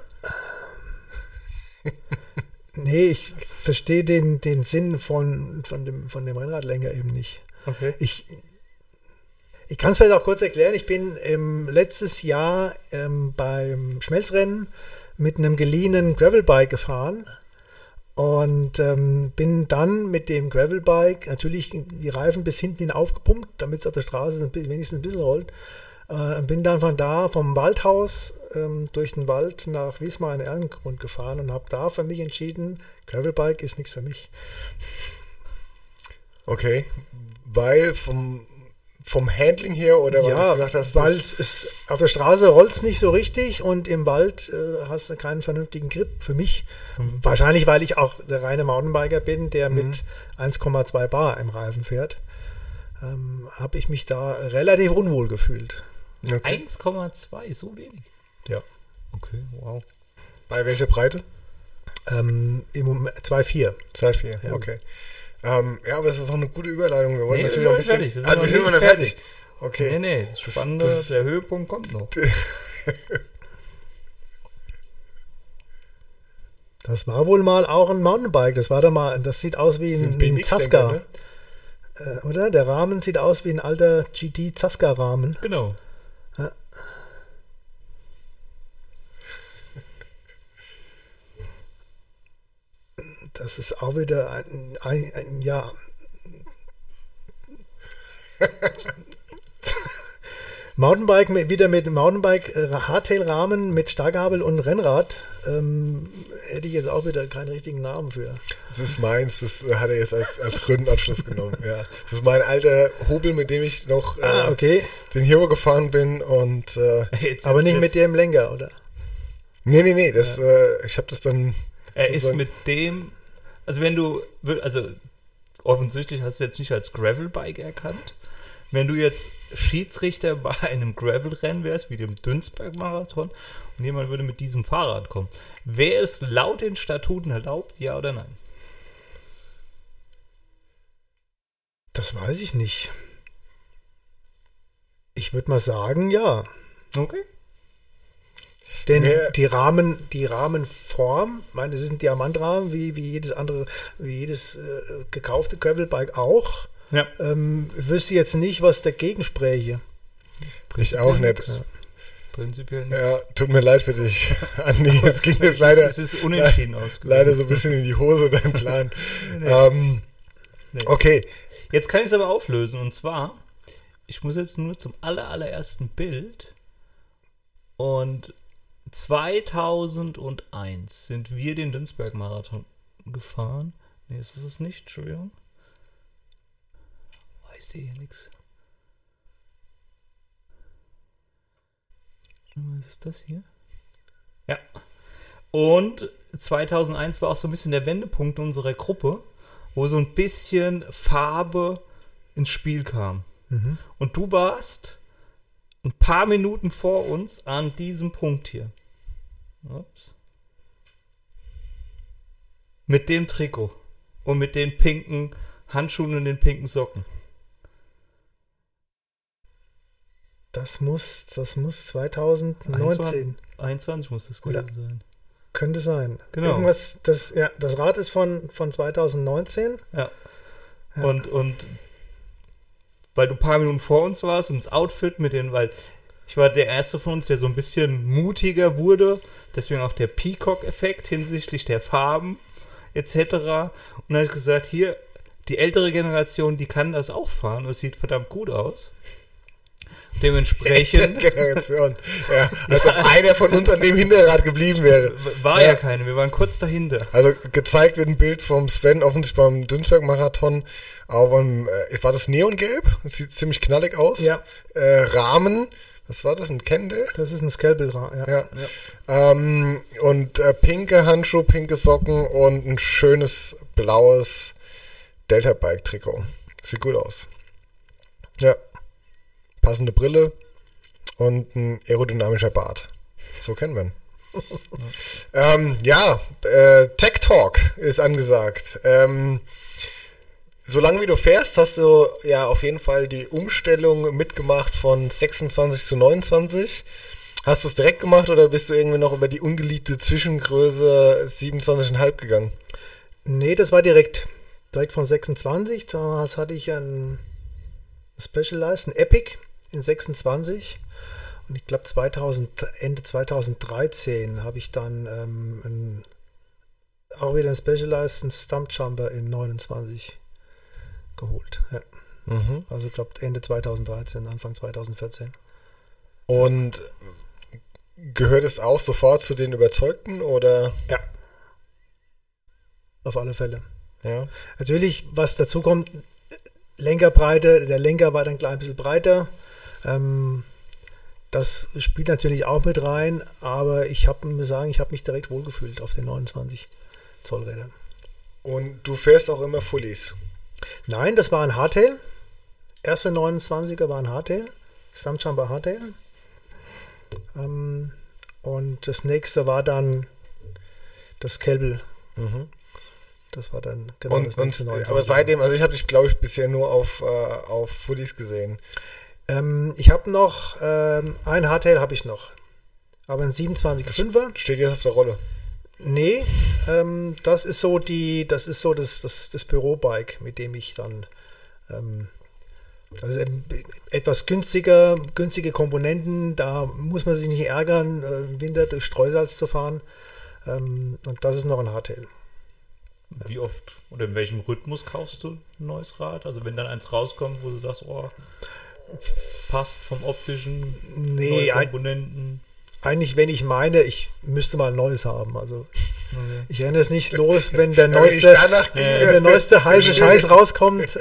Nee, ich verstehe den, den Sinn von, von, dem, von dem Rennradlenker eben nicht. Okay. Ich, ich kann es vielleicht auch kurz erklären. Ich bin ähm, letztes Jahr ähm, beim Schmelzrennen mit einem geliehenen Gravelbike gefahren und ähm, bin dann mit dem Gravelbike natürlich die Reifen bis hinten hin aufgepumpt, damit es auf der Straße ein bisschen, wenigstens ein bisschen rollt. Äh, bin dann von da vom Waldhaus ähm, durch den Wald nach Wismar in Erlengrund gefahren und habe da für mich entschieden, Gravelbike ist nichts für mich. Okay. Weil vom, vom Handling her oder weil du Ja, gesagt hast, weil das- es ist, auf der Straße rollt es nicht so richtig und im Wald äh, hast du keinen vernünftigen Grip für mich. Mhm. Wahrscheinlich, weil ich auch der reine Mountainbiker bin, der Mhm. mit eins Komma zwei Bar im Reifen fährt, ähm, habe ich mich da relativ unwohl gefühlt. okay. eins Komma zwei, so wenig. Ja. Okay, wow. Bei welcher Breite? Ähm, Im Moment zwei Komma vier. zwei Komma vier, Ja. okay. Ähm, ja, aber es ist auch eine gute Überleitung. Wir wollen Nee, wir natürlich sind noch ein noch bisschen. nicht fertig. Wir sind Ah, noch wir sind nicht noch nicht fertig. Okay. Nee, nee, das Das- Spannende, das- der Höhepunkt kommt noch. Das war wohl mal auch ein Mountainbike. Das war da mal, das sieht aus wie Das ist ein, ein wie ein B M X-Lenker, Zasca. ne? Äh, oder? Der Rahmen sieht aus wie ein alter G T Zasca-Rahmen. Genau. Das ist auch wieder ein, ein, ein ja. Mountainbike mit, wieder mit Mountainbike äh, Hardtail-Rahmen mit Starkgabel und Rennrad. Ähm, hätte ich jetzt auch wieder keinen richtigen Namen für. Das ist meins, das äh, hat er jetzt als, als Gründenabschluss genommen. Ja. Das ist mein alter Hobel, mit dem ich noch äh, Ah, okay. den Hero gefahren bin und äh, Jetzt, Aber nicht jetzt, mit dem Lenker, oder? nee, nee, nee, das, äh, ich habe das dann Er ist sozusagen- mit dem, also wenn du, also offensichtlich hast du jetzt nicht als Gravelbike erkannt. Wenn du jetzt Schiedsrichter bei einem Gravelrennen wärst, wie dem Dünsberg-Marathon, und jemand würde mit diesem Fahrrad kommen, wäre es laut den Statuten erlaubt, ja oder nein? Das weiß ich nicht. Ich würde mal sagen, ja. Okay. Denn Wer- die Rahmen, die Rahmenform, ich meine, es ist ein Diamantrahmen, wie, wie jedes andere, wie jedes äh, gekaufte Gravelbike auch. Ja. Ähm, wüsste jetzt nicht, was dagegen spräche. ich auch nicht. Ja. Prinzipiell nicht. Ja, tut mir leid für dich, Andi. Es ging Es jetzt ist- leider, Es ist unentschieden ausgegangen. leider so ein bisschen in die Hose, dein Plan. Nee. Ähm, Nee. okay, Jetzt kann ich es aber auflösen. Und zwar, ich muss jetzt nur zum aller, allerersten Bild. Und zweitausendeins sind wir den Dünsberg-Marathon gefahren. Nee, das ist es nicht, Entschuldigung. Oh, ich sehe hier nichts. Was ist das hier? Ja. Und zweitausendeins war auch so ein bisschen der Wendepunkt unserer Gruppe, wo so ein bisschen Farbe ins Spiel kam. Mhm. Und du warst ein paar Minuten vor uns an diesem Punkt hier. Ups. Mit dem Trikot und mit den pinken Handschuhen und den pinken Socken. Das muss, das muss zweitausendneunzehn. einundzwanzig muss das gewesen Oder sein. Könnte sein. Genau. Irgendwas, das, ja, das Rad ist von, von zweitausendneunzehn. Ja. ja. Und, und weil du ein paar Minuten vor uns warst und das Outfit mit den, weil ich war der Erste von uns, der so ein bisschen mutiger wurde, deswegen auch der Peacock-Effekt hinsichtlich der Farben et cetera. Und dann habe ich gesagt, hier, die ältere Generation, die kann das auch fahren, es sieht verdammt gut aus. Dementsprechend. Generation. Ja, als ob einer von uns an dem Hinterrad geblieben wäre. War ja, ja keine, wir waren kurz dahinter. Also gezeigt wird ein Bild vom Sven, offensichtlich beim Dünsberg-Marathon. Auf einem, äh, war das Neongelb? Das sieht ziemlich knallig aus. Ja. Äh, Rahmen. Was war das? Ein Kendall? Das ist ein Scalpel-Rahmen, ja. ja. ja. Ähm, und äh, pinke Handschuhe, pinke Socken und ein schönes blaues Delta-Bike-Trikot. Sieht gut aus. Ja. Passende Brille und ein aerodynamischer Bart. So kennen wir ihn. ähm, ja, äh, Tech Talk ist angesagt. Ähm, solange wie du fährst, hast du ja auf jeden Fall die Umstellung mitgemacht von sechsundzwanzig zu neunundzwanzig. Hast du es direkt gemacht oder bist du irgendwie noch über die ungeliebte Zwischengröße siebenundzwanzig Komma fünf gegangen? Nee, das war direkt. Direkt von sechsundzwanzig. Damals hatte ich ein Specialized, ein Epic in sechsundzwanzig. Und ich glaube Ende zweitausenddreizehn habe ich dann ähm, ein, auch wieder ein Specialized, ein Stumpjumper in neunundzwanzig geholt. Ja. Mhm. Also ich glaube Ende zweitausenddreizehn, Anfang zweitausendvierzehn. Und gehört es auch sofort zu den Überzeugten, oder? Ja. Auf alle Fälle. Ja. Natürlich, was dazu kommt, Lenkerbreite, der Lenker war dann ein klein bisschen breiter. Ähm, das spielt natürlich auch mit rein, aber ich habe mir sagen, ich habe mich direkt wohlgefühlt auf den neunundzwanzig Zoll Rädern. Und du fährst auch immer Fullies? Nein, das war ein Hardtail. Erste neunundzwanziger war ein Hardtail. Stumpjumper Hardtail. Ähm, und das nächste war dann das Kelbel. Mhm. Das war dann genau und, das nächste und, aber seitdem, also ich habe dich, glaube ich, bisher nur auf, äh, auf Fullies gesehen. Ähm, ich habe noch, ähm, ein Hardtail habe ich noch. Aber ein siebenundzwanzig Komma fünfer. Steht jetzt auf der Rolle? Nee, ähm, das ist so die, das ist so das, das, das Bürobike, mit dem ich dann, ähm, das ist etwas günstiger, günstige Komponenten, da muss man sich nicht ärgern, äh, im Winter durch Streusalz zu fahren. Ähm, und das ist noch ein Hardtail. Wie oft oder in welchem Rhythmus kaufst du ein neues Rad? Also wenn dann eins rauskommt, wo du sagst, oh, passt vom optischen, nee, neue Komponenten. Eigentlich, wenn ich meine, ich müsste mal ein neues haben. Also okay. Ich renne es nicht los, wenn der neueste, danach, äh, wenn der neueste heiße Scheiß rauskommt.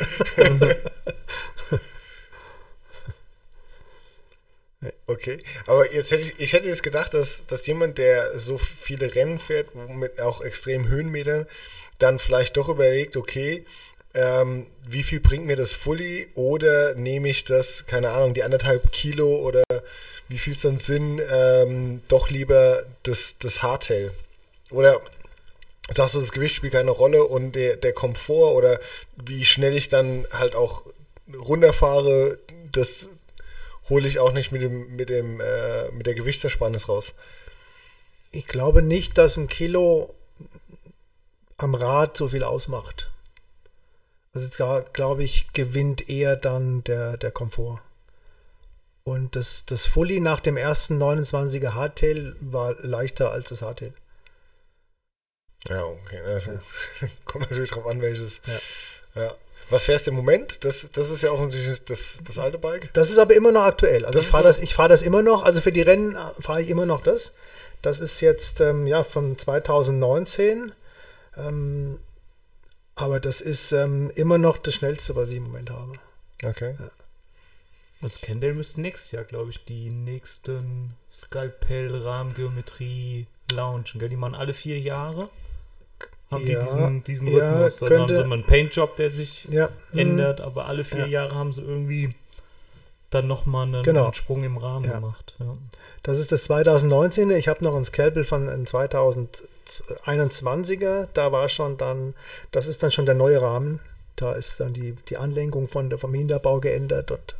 Okay, aber jetzt hätte ich, ich hätte jetzt gedacht, dass, dass jemand, der so viele Rennen fährt, mit auch extremen Höhenmetern, dann vielleicht doch überlegt, okay, ähm, wie viel bringt mir das Fully, oder nehme ich das, keine Ahnung, die anderthalb Kilo, oder wie viel es dann Sinn, ähm, doch lieber das, das Hardtail? Oder sagst du, das Gewicht spielt keine Rolle und der, der Komfort, oder wie schnell ich dann halt auch runterfahre, das hole ich auch nicht mit dem, mit dem, äh, mit der Gewichtsersparnis raus. Ich glaube nicht, dass ein Kilo am Rad so viel ausmacht. Also da, glaube ich, gewinnt eher dann der, der Komfort. Und das, das Fully nach dem ersten neunundzwanziger Hardtail war leichter als das Hardtail. Ja, okay. Also, ja. Kommt natürlich drauf an, welches. Ja. Ja. Was fährst du im Moment? Das, das ist ja offensichtlich das, das alte Bike. Das ist aber immer noch aktuell. Also das ich fahre das, ich fahr das immer noch. Also für die Rennen fahre ich immer noch das. Das ist jetzt ähm, ja von zweitausendneunzehn. Ähm, aber das ist ähm, immer noch das Schnellste, was ich im Moment habe. Okay. Ja. Also Kendall müsste nächstes Jahr, glaube ich, die nächsten Skalpell-Rahmengeometrie launchen. Gell? Die machen alle vier Jahre. Haben Ja, die diesen, diesen ja, Rhythmus. Also könnte- haben sie immer einen Paintjob, der sich Ja. ändert, aber alle vier Ja. Jahre haben sie irgendwie dann nochmal einen, Genau. einen Sprung im Rahmen Ja. gemacht. Ja. Das ist das zweitausendneunzehn. Ich habe noch ein Scalpel von einem zweitausendeinundzwanziger. Da war schon dann, das ist dann schon der neue Rahmen. Da ist dann die, die Anlenkung von der, vom Hinterbau geändert. Und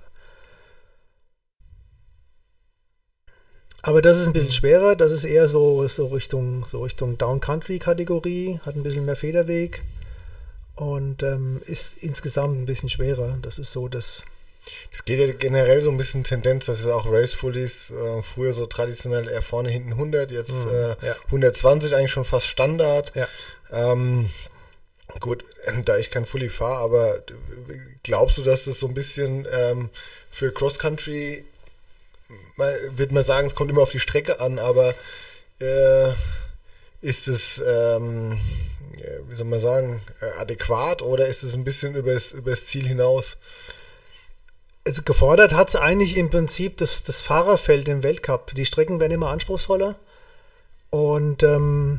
aber das ist ein bisschen schwerer. Das ist eher so, so Richtung, so Richtung Down-Country-Kategorie. Hat ein bisschen mehr Federweg. Und ähm, ist insgesamt ein bisschen schwerer. Das ist so das. Es geht ja generell so ein bisschen Tendenz, dass es auch Race-Fullies äh, früher so traditionell eher vorne, hinten hundert, jetzt Mhm, äh, ja. hundertzwanzig eigentlich schon fast Standard. Ja. Ähm, gut, da ich kein Fully fahre, aber glaubst du, dass das so ein bisschen ähm, für Cross-Country, man, wird man sagen, es kommt immer auf die Strecke an, aber äh, ist es, ähm, ja, wie soll man sagen, äh, adäquat oder ist es ein bisschen übers, übers Ziel hinaus? Also gefordert hat es eigentlich im Prinzip das, das Fahrerfeld im Weltcup. Die Strecken werden immer anspruchsvoller. Und ähm,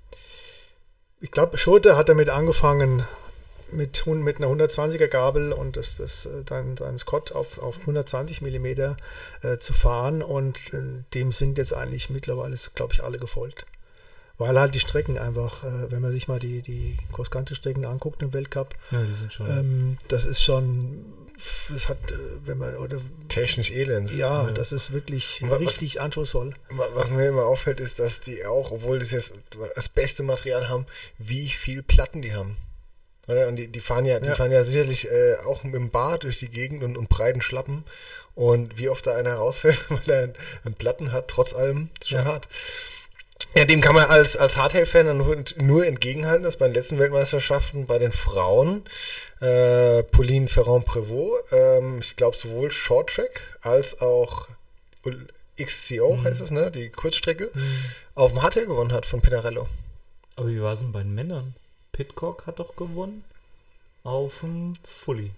ich glaube, Schurte hat damit angefangen mit, mit einer hundertzwanziger Gabel und das, das, dann, dann Scott auf, auf hundertzwanzig Millimeter äh, zu fahren. Und äh, dem sind jetzt eigentlich mittlerweile, glaube ich, alle gefolgt. Weil halt die Strecken einfach, äh, wenn man sich mal die, die Cross-Country-Strecken anguckt im Weltcup, Ja, die sind schon. ähm, das ist schon, das hat, äh, wenn man, oder Technisch elend. ja, Ja. das ist wirklich Was- richtig anspruchsvoll. Was mir immer auffällt, ist, dass die auch, obwohl die jetzt das beste Material haben, wie viel Platten die haben. Oder? Und die, die fahren ja, die Ja. fahren ja sicherlich äh, auch mit dem Bar durch die Gegend und, und breiten Schlappen. Und wie oft da einer rausfällt, weil er einen, einen Platten hat, trotz allem, ist schon Ja. hart. Ja, dem kann man als, als Hardtail-Fan dann nur, nur entgegenhalten, dass bei den letzten Weltmeisterschaften bei den Frauen äh, Pauline Ferrand-Prévot, ähm, ich glaube sowohl Shorttrack als auch X C O Mhm. heißt es, ne, die Kurzstrecke, auf dem Hardtail gewonnen hat von Pinarello. Aber wie war es denn bei den Männern? Pidcock hat doch gewonnen auf dem Fully.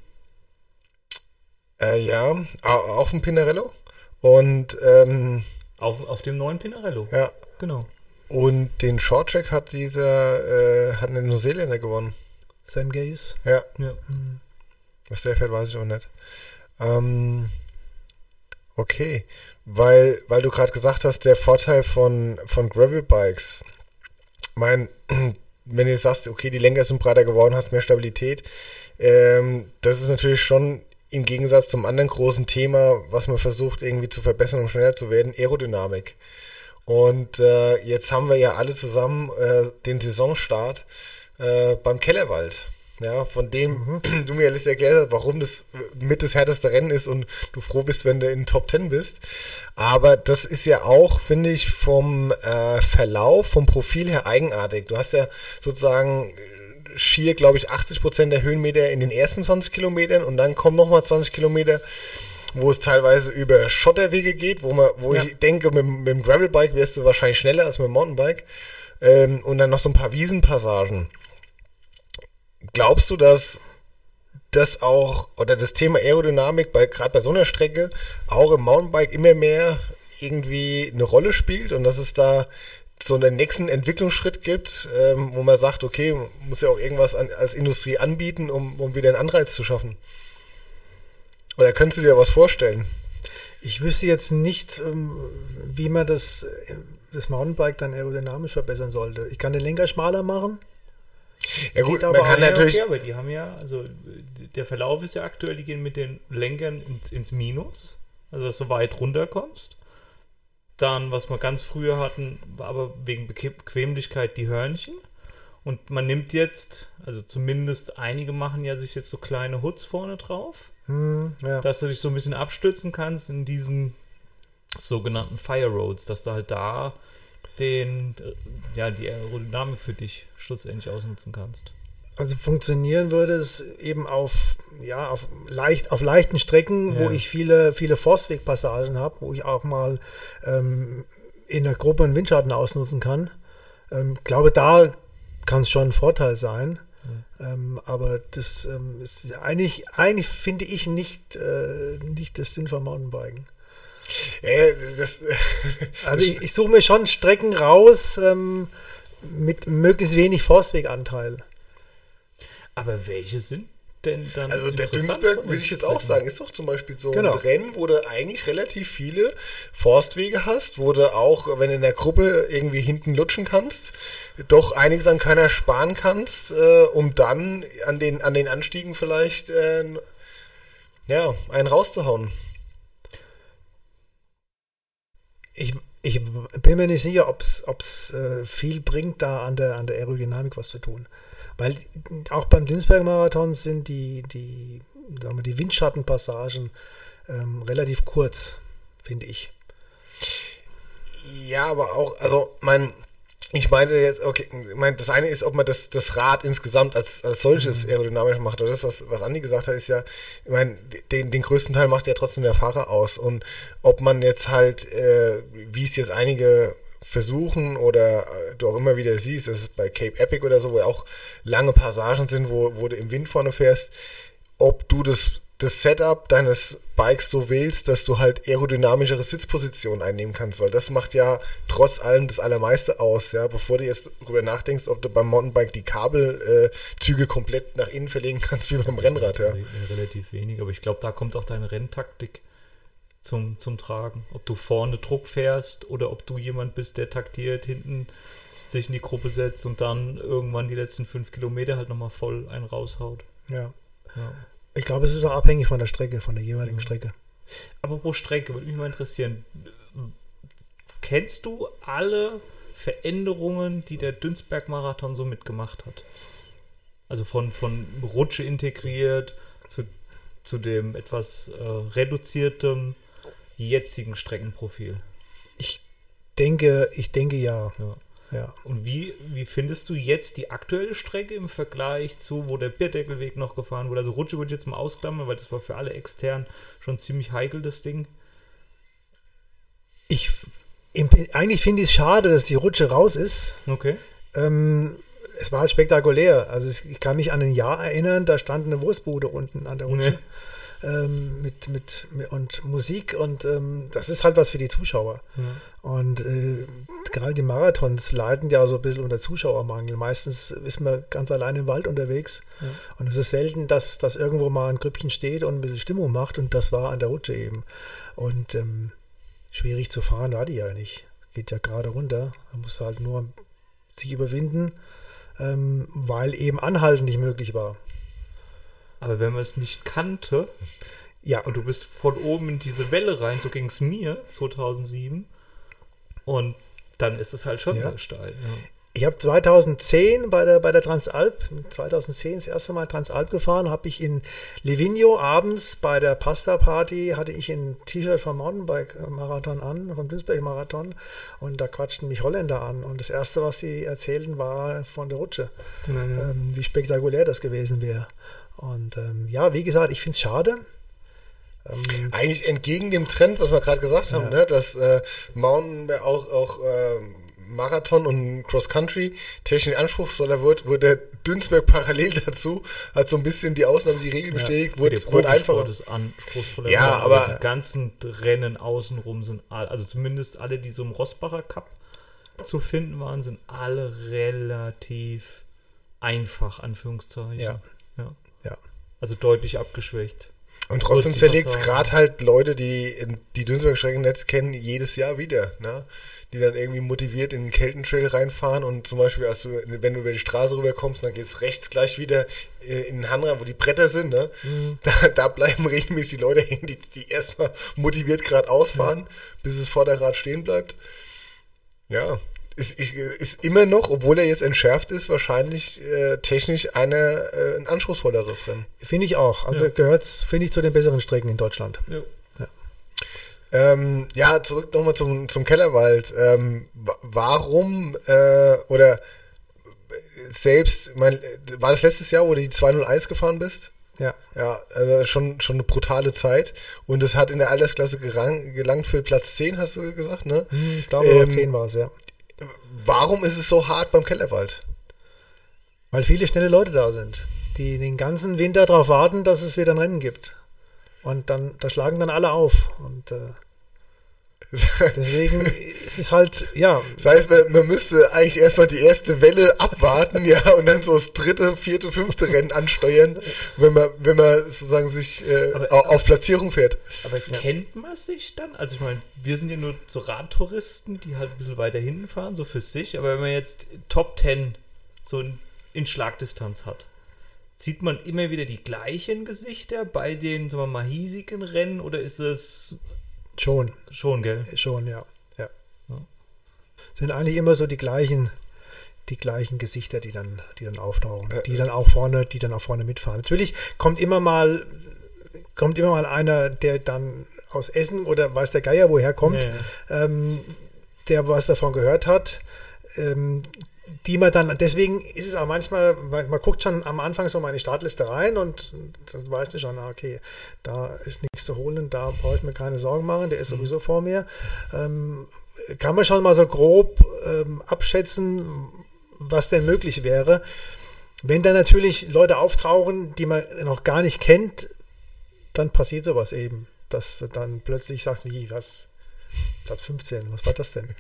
Äh, ja, au- auf dem Pinarello. Und ähm, Auf, auf dem neuen Pinarello. ja, Genau. und den Shorttrack hat dieser, äh, hat ein Neuseeländer gewonnen. Sam Gaze. Ja, Ja. was der fährt, weiß ich auch nicht. Ähm, okay, weil, weil du gerade gesagt hast, der Vorteil von, von Gravel-Bikes, mein, wenn du jetzt sagst, okay, die Lenker sind breiter geworden, hast mehr Stabilität, ähm, das ist natürlich schon im Gegensatz zum anderen großen Thema, was man versucht irgendwie zu verbessern, um schneller zu werden, Aerodynamik. Und äh, jetzt haben wir ja alle zusammen äh, den Saisonstart äh, beim Kellerwald. Ja, von dem du mir alles erklärt hast, warum das mit das härteste Rennen ist und du froh bist, wenn du in den Top Ten bist. Aber das ist ja auch, finde ich, vom äh, Verlauf, vom Profil her eigenartig. Du hast ja sozusagen schier, glaube ich, achtzig Prozent der Höhenmeter in den ersten zwanzig Kilometern und dann kommen nochmal zwanzig Kilometer, wo es teilweise über Schotterwege geht, wo man, wo Ja. ich denke, mit, mit dem Gravelbike wärst du wahrscheinlich schneller als mit dem Mountainbike. Ähm, und dann noch so ein paar Wiesenpassagen. Glaubst du, dass das auch, oder das Thema Aerodynamik bei gerade bei so einer Strecke auch im Mountainbike immer mehr irgendwie eine Rolle spielt und dass es da so einen nächsten Entwicklungsschritt gibt, ähm, wo man sagt, okay, man muss ja auch irgendwas an, als Industrie anbieten, um, um wieder einen Anreiz zu schaffen? Oder könntest du dir was vorstellen? Ich wüsste jetzt nicht, ähm, wie man das, äh, das Mountainbike dann aerodynamisch verbessern sollte. Ich kann den Lenker schmaler machen. Ja gut, Geht aber man kann auch- natürlich... Ja, aber die haben ja, also der Verlauf ist ja aktuell, die gehen mit den Lenkern ins, ins Minus, also dass du weit runterkommst. Dann, was wir ganz früher hatten, war aber wegen Beque- Bequemlichkeit die Hörnchen. Und man nimmt jetzt, also zumindest einige machen ja sich jetzt so kleine Hoods vorne drauf, Hm, ja. dass du dich so ein bisschen abstützen kannst in diesen sogenannten Fire Roads, dass du halt da den, äh, ja, die Aerodynamik für dich schlussendlich ausnutzen kannst. Also funktionieren würde es eben auf, ja, auf, leicht, auf leichten Strecken, Ja. wo ich viele, viele Forstwegpassagen habe, wo ich auch mal ähm, in der Gruppe einen Windschatten ausnutzen kann. Ich ähm, glaube, da kann es schon ein Vorteil sein. Mhm. Ähm, aber das ähm, ist eigentlich, eigentlich finde ich nicht, äh, nicht das Sinn von Mountainbiken. Äh, das, also ich, ich suche mir schon Strecken raus ähm, mit möglichst wenig Forstweganteil. Aber welche sind denn dann? Also der Dünsberg, würde ich jetzt auch sagen, ist doch zum Beispiel so genau. ein Rennen, wo du eigentlich relativ viele Forstwege hast, wo du auch, wenn du in der Gruppe irgendwie hinten lutschen kannst, doch einiges an Körner sparen kannst, äh, um dann an den, an den Anstiegen vielleicht äh, ja, einen rauszuhauen. Ich, ich bin mir nicht sicher, ob es äh, viel bringt, da an der, an der Aerodynamik was zu tun. Weil auch beim Dünsberg-Marathon sind die, die, sagen wir, die Windschattenpassagen ähm, relativ kurz, finde ich. Ja, aber auch, also mein, ich meine jetzt, okay, ich meine, das eine ist, ob man das, das Rad insgesamt als, als solches mhm. aerodynamisch macht. Oder das, was, was Andi gesagt hat, ist ja, ich meine, den, den größten Teil macht ja trotzdem der Fahrer aus. Und ob man jetzt halt, äh, wie es jetzt einige versuchen oder du auch immer wieder siehst, das ist bei Cape Epic oder so, wo ja auch lange Passagen sind, wo, wo du im Wind vorne fährst, ob du das, das Setup deines Bikes so wählst, dass du halt aerodynamischere Sitzpositionen einnehmen kannst, weil das macht ja trotz allem das Allermeiste aus, ja, bevor du jetzt darüber nachdenkst, ob du beim Mountainbike die Kabelzüge äh, komplett nach innen verlegen kannst, wie beim Rennrad, ja. Relativ wenig, aber ich glaube, da kommt auch deine Renntaktik Zum, zum Tragen. Ob du vorne Druck fährst oder ob du jemand bist, der taktiert, hinten sich in die Gruppe setzt und dann irgendwann die letzten fünf Kilometer halt nochmal voll einen raushaut. Ja. ja. Ich glaube, es ist auch abhängig von der Strecke, von der jeweiligen ja. Strecke. Aber pro Strecke würde mich mal interessieren. Kennst du alle Veränderungen, die der Dünsberg-Marathon so mitgemacht hat? Also von, von Rutsche integriert zu, zu dem etwas äh, reduziertem jetzigen Streckenprofil. Ich denke, ich denke ja. ja. ja. Und wie, wie findest du jetzt die aktuelle Strecke im Vergleich zu, wo der Bierdeckelweg noch gefahren wurde? Also Rutsche würde ich jetzt mal ausklammern, weil das war für alle extern schon ziemlich heikel, das Ding. Ich eigentlich finde ich es schade, dass die Rutsche raus ist. Okay. Ähm, es war halt spektakulär. Also ich kann mich an ein Jahr erinnern, da stand eine Wurstbude unten an der Rutsche. Nee. Ähm, mit, mit, mit und Musik und ähm, das ist halt was für die Zuschauer. Ja. Und äh, gerade die Marathons leiden ja so ein bisschen unter Zuschauermangel. Meistens ist man ganz allein im Wald unterwegs ja. und es ist selten, dass, dass irgendwo mal ein Grüppchen steht und ein bisschen Stimmung macht und das war an der Rutsche eben. Und ähm, schwierig zu fahren war die ja nicht. Geht ja gerade runter. Man muss halt nur sich überwinden, ähm, weil eben Anhalten nicht möglich war. Aber wenn man es nicht kannte, ja. und du bist von oben in diese Welle rein, so ging es mir zweitausendsieben, und dann ist es halt schon ja. sehr steil. Ja. Ich habe zweitausendzehn bei der, bei der Transalp, zweitausendzehn das erste Mal Transalp gefahren, habe ich in Livigno abends bei der Pasta-Party, hatte ich ein T-Shirt vom Mountainbike-Marathon an, vom Dünsberg-Marathon, und da quatschten mich Holländer an und das erste, was sie erzählten, war von der Rutsche, ja, ja. Ähm, wie spektakulär das gewesen wäre. Und ähm, ja, wie gesagt, ich finde es schade. Ähm, Eigentlich entgegen dem Trend, was wir gerade gesagt haben, ja. ne, dass äh, Mountain auch, auch äh, Marathon und Cross-Country technisch anspruchsvoller wird, wurde der Dünsberg parallel dazu, hat so ein bisschen die Ausnahme, die Regel bestätigt, ja, wurde, wurde einfacher. Ist anspruchsvoller. Ja, aber, aber die ganzen Rennen außenrum sind, all, also zumindest alle, die so im Rossbacher Cup zu finden waren, sind alle relativ einfach, Anführungszeichen. Ja. ja. Ja. Also deutlich abgeschwächt. Und trotzdem zerlegt es gerade halt Leute, die die Dünsberg-Strecken nicht kennen, jedes Jahr wieder, ne? Die dann irgendwie motiviert in den Keltentrail reinfahren und zum Beispiel, als du, wenn du über die Straße rüberkommst, dann geht es rechts gleich wieder in den Hanra, wo die Bretter sind, ne? Mhm. Da, da bleiben regelmäßig die Leute hängen, die, die erstmal motiviert gerade ausfahren, ja. bis es vor der Rad stehen bleibt. Ja. Ist, ist immer noch, obwohl er jetzt entschärft ist, wahrscheinlich äh, technisch eine, äh, ein anspruchsvolleres Rennen. Finde ich auch. Also ja. gehört, finde ich, zu den besseren Strecken in Deutschland. Ja, ja. Ähm, ja zurück nochmal zum, zum Kellerwald. Ähm, warum äh, oder selbst, mein, war das letztes Jahr, wo du die zwei null eins gefahren bist? Ja. Ja, also schon, schon eine brutale Zeit. Und es hat in der Altersklasse gerang, gelangt für Platz zehn, hast du gesagt, ne? Hm, ich glaube, Ähm, zehn war es, ja. Warum ist es so hart beim Kellerwald? Weil viele schnelle Leute da sind, die den ganzen Winter darauf warten, dass es wieder ein Rennen gibt. Und dann, da schlagen dann alle auf. Und äh, deswegen ist es halt, ja. Das heißt, man, man müsste eigentlich erstmal die erste Welle abwarten, ja, und dann so das dritte, vierte, fünfte Rennen ansteuern, wenn man, wenn man sozusagen sich äh, Aber- auf, auf Platzierung fährt. Aber kennt man sich dann? Also ich meine, wir sind ja nur so Radtouristen, die halt ein bisschen weiter hinten fahren, so für sich. Aber wenn man jetzt Top Ten so in, in Schlagdistanz hat, sieht man immer wieder die gleichen Gesichter bei den, sagen wir mal, hiesigen Rennen oder ist es Schon, schon, gell? schon, ja. ja. Ja. Sind eigentlich immer so die gleichen, die gleichen Gesichter, die dann, die dann auftauchen, die dann auch vorne, die dann auch vorne mitfahren. Natürlich kommt immer mal, kommt immer mal einer, der dann aus Essen oder weiß der Geier, woher kommt, Ja, ja. ähm, der was davon gehört hat, ähm, die man dann, deswegen ist es auch manchmal, man, man guckt schon am Anfang so mal in die Startliste rein und dann weißt du schon, ah, okay, da ist nichts zu holen, da brauche ich mir keine Sorgen machen, der ist sowieso vor mir. Ähm, kann man schon mal so grob ähm, abschätzen, was denn möglich wäre. Wenn dann natürlich Leute auftauchen, die man noch gar nicht kennt, dann passiert sowas eben, dass du dann plötzlich sagst, wie, was, Platz fünfzehn, was war das denn?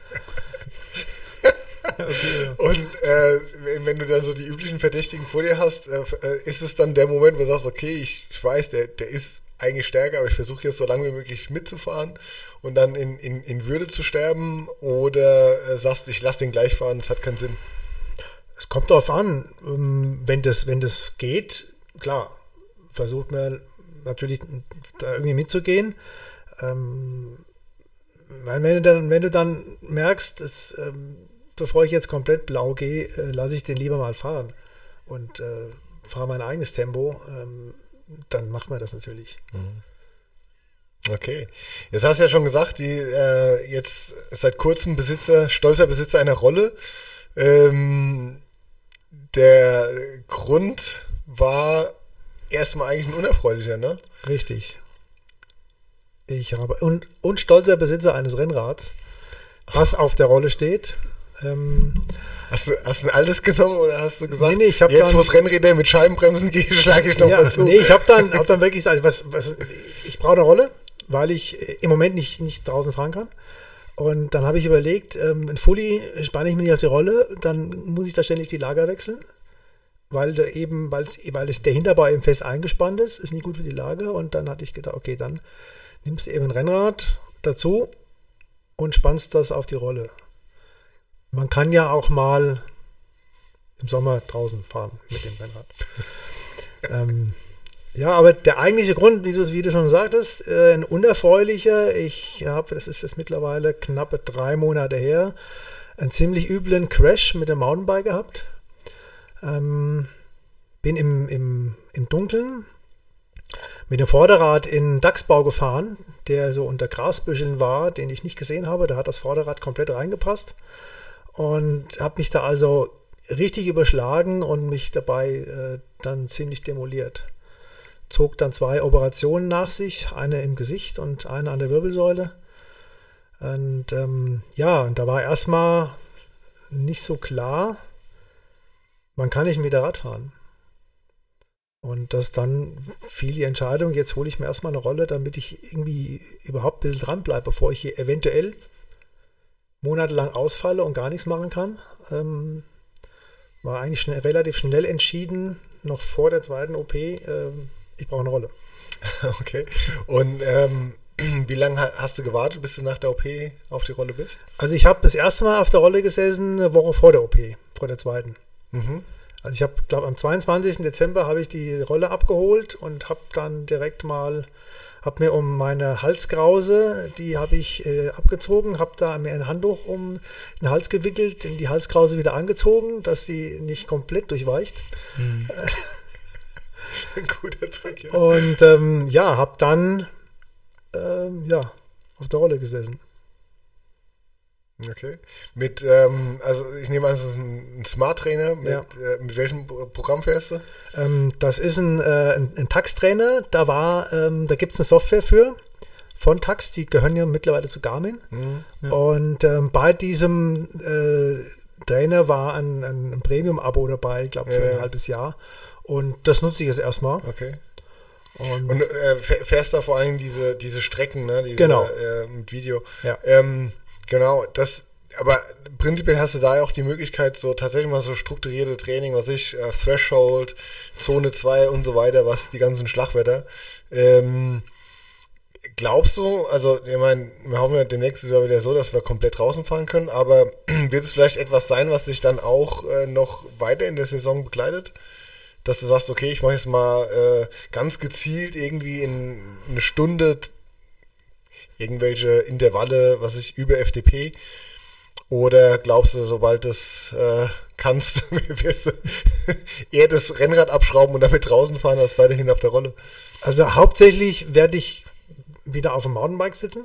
Okay, ja. Und äh, wenn- wenn du dann so die üblichen Verdächtigen vor dir hast, äh, äh, ist es dann der Moment, wo du sagst, okay, ich, ich weiß, der, der ist eigentlich stärker, aber ich versuche jetzt so lange wie möglich mitzufahren und dann in, in, in Würde zu sterben, oder äh, sagst, ich lass den gleich fahren, das hat keinen Sinn. Es kommt darauf an, ähm, wenn das, wenn das geht, klar, versucht man natürlich da irgendwie mitzugehen. Ähm, weil wenn du dann, wenn du dann merkst, dass, ähm, bevor ich jetzt komplett blau gehe, äh, lasse ich den lieber mal fahren und äh, fahre mein eigenes Tempo, ähm, dann macht man das natürlich. Okay. Jetzt hast du ja schon gesagt, die äh, jetzt seit kurzem Besitzer, stolzer Besitzer einer Rolle. Ähm, der Grund war erstmal eigentlich ein unerfreulicher, ne? Richtig. Ich habe und, und stolzer Besitzer eines Rennrads, was auf der Rolle steht. Ähm, Hast du, hast du ein altes genommen oder hast du gesagt, Nee, nee, ich hab jetzt dann- wo es Rennräder mit Scheibenbremsen geht, schlage ich noch ja, mal zu? nee, ich habe dann, hab dann wirklich gesagt, was, was, ich brauche eine Rolle, weil ich äh, im Moment nicht, nicht draußen fahren kann. Und dann habe ich überlegt, ähm, ein Fully spanne ich mir nicht auf die Rolle, dann muss ich da ständig die Lager wechseln, weil da eben, weil's, weil es der Hinterbau eben fest eingespannt ist, ist nicht gut für die Lager. Und dann hatte ich gedacht, okay, dann nimmst du eben ein Rennrad dazu und spannst das auf die Rolle. Man kann ja auch mal im Sommer draußen fahren mit dem Rennrad. ähm, ja, aber der eigentliche Grund, wie du, wie du schon sagtest, äh, ein unerfreulicher, ich habe, das ist jetzt mittlerweile knappe drei Monate her, einen ziemlich üblen Crash mit dem Mountainbike gehabt. Ähm, bin im, im, im Dunkeln mit dem Vorderrad in Dachsbau gefahren, der so unter Grasbüscheln war, den ich nicht gesehen habe. Da hat das Vorderrad komplett reingepasst und habe mich da also richtig überschlagen und mich dabei äh, dann ziemlich demoliert. Zog dann zwei Operationen nach sich, eine im Gesicht und eine an der Wirbelsäule. Und ähm, ja, und da war erstmal nicht so klar, man kann nicht wieder Rad fahren. Und das dann fiel die Entscheidung, jetzt hole ich mir erstmal eine Rolle, damit ich irgendwie überhaupt ein bisschen dran bleibe, bevor ich hier eventuell monatelang ausfalle und gar nichts machen kann. Ähm, war eigentlich schnell, relativ schnell entschieden, noch vor der zweiten O P, ähm, ich brauche eine Rolle. Okay. Und ähm, wie lange ha- hast du gewartet, bis du nach der O P auf die Rolle bist? Also ich habe das erste Mal auf der Rolle gesessen, eine Woche vor der O P, vor der zweiten. Mhm. Also ich habe, glaube am zweiundzwanzigsten Dezember habe ich die Rolle abgeholt und habe dann direkt mal, habe mir um meine Halskrause, die habe ich äh, abgezogen, habe da mir ein Handtuch um den Hals gewickelt, in die Halskrause wieder angezogen, dass sie nicht komplett durchweicht. Ein guter Trick, ja. Und ähm, ja, habe dann ähm, ja, auf der Rolle gesessen. Okay. Mit, ähm, also ich nehme an, es ist ein, ein Smart-Trainer. Mit, Ja. äh, mit welchem Programm fährst du? Ähm, das ist ein, äh, ein, ein Tax-Trainer. Da war, ähm, da gibt es eine Software für von Tax, die gehören ja mittlerweile zu Garmin. Mhm. Ja. Und ähm, bei diesem äh, Trainer war ein, ein, ein Premium-Abo dabei, ich glaube für Ja. ein halbes Jahr. Und das nutze ich jetzt erstmal. Okay. Und, Und äh, fährst da vor allem diese, diese Strecken, ne? Diese, Genau. Äh, mit Video. Ja. Ähm, genau, das, aber prinzipiell hast du da ja auch die Möglichkeit, so tatsächlich mal so strukturierte Training, was ich, äh, Threshold, Zone zwei und so weiter, was die ganzen Schlagwörter. Ähm, glaubst du, also ich meine, wir hoffen ja demnächst ist es ja wieder so, dass wir komplett draußen fahren können, aber wird es vielleicht etwas sein, was dich dann auch äh, noch weiter in der Saison begleitet? Dass du sagst, okay, ich mache jetzt mal äh, ganz gezielt irgendwie in eine Stunde irgendwelche Intervalle, was ich, über F D P? Oder glaubst du, sobald du es äh, kannst, wirst du eher das Rennrad abschrauben und damit draußen fahren, als weiterhin auf der Rolle? Also hauptsächlich werde ich wieder auf dem Mountainbike sitzen.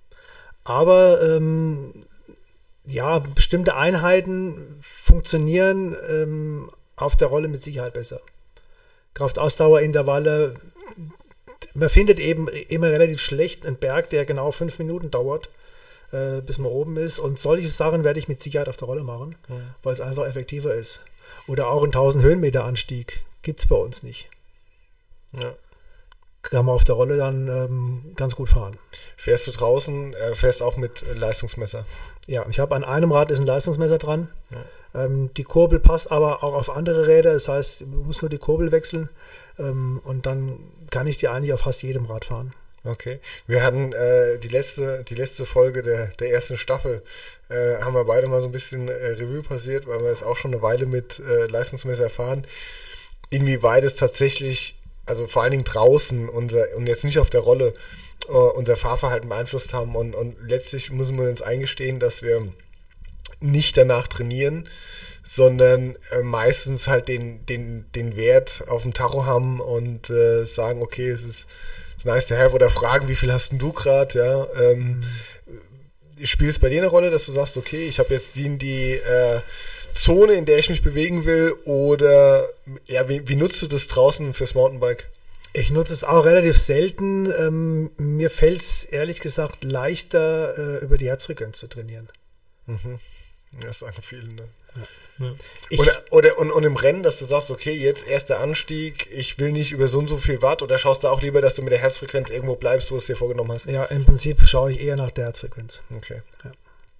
Aber ähm, ja, bestimmte Einheiten funktionieren ähm, auf der Rolle mit Sicherheit besser. Kraftausdauerintervalle. Man findet eben immer relativ schlecht einen Berg, der genau fünf Minuten dauert, äh, bis man oben ist. Und solche Sachen werde ich mit Sicherheit auf der Rolle machen, Mhm. weil es einfach effektiver ist. Oder auch ein tausend Höhenmeter Anstieg gibt es bei uns nicht. Ja. Kann man auf der Rolle dann ähm, ganz gut fahren. Fährst du draußen, äh, fährst auch mit äh, Leistungsmesser? Ja, ich habe an einem Rad ist ein Leistungsmesser dran. Ja. Ähm, die Kurbel passt aber auch auf andere Räder. Das heißt, man muss nur die Kurbel wechseln ähm, und dann kann ich die eigentlich auf fast jedem Rad fahren. Okay. Wir hatten äh, die letzte, die letzte Folge der, der ersten Staffel, äh, haben wir beide mal so ein bisschen äh, Revue passiert, weil wir es auch schon eine Weile mit äh, Leistungsmesser fahren. Inwieweit es tatsächlich, also vor allen Dingen draußen unser, und jetzt nicht auf der Rolle, uh, unser Fahrverhalten beeinflusst haben. Und, und letztlich müssen wir uns eingestehen, dass wir nicht danach trainieren, sondern äh, meistens halt den, den, den Wert auf dem Tacho haben und äh, sagen, okay, es ist, es ist nice to have, oder fragen, wie viel hast denn du gerade, ja. Ähm, mhm. Spielt es bei dir eine Rolle, dass du sagst, okay, ich habe jetzt die, die äh, Zone, in der ich mich bewegen will, oder ja, wie, wie nutzt du das draußen fürs Mountainbike? Ich nutze es auch relativ selten. Ähm, mir fällt es ehrlich gesagt leichter, äh, über die Herzfrequenz zu trainieren. Mhm. Das sagen viele, ne? Ja. Ja. Ich, oder oder und, und im Rennen, dass du sagst, okay, jetzt erster Anstieg, ich will nicht über so und so viel Watt, oder schaust du auch lieber, dass du mit der Herzfrequenz irgendwo bleibst, wo du es dir vorgenommen hast? Ja, im Prinzip schaue ich eher nach der Herzfrequenz. Okay. Ja.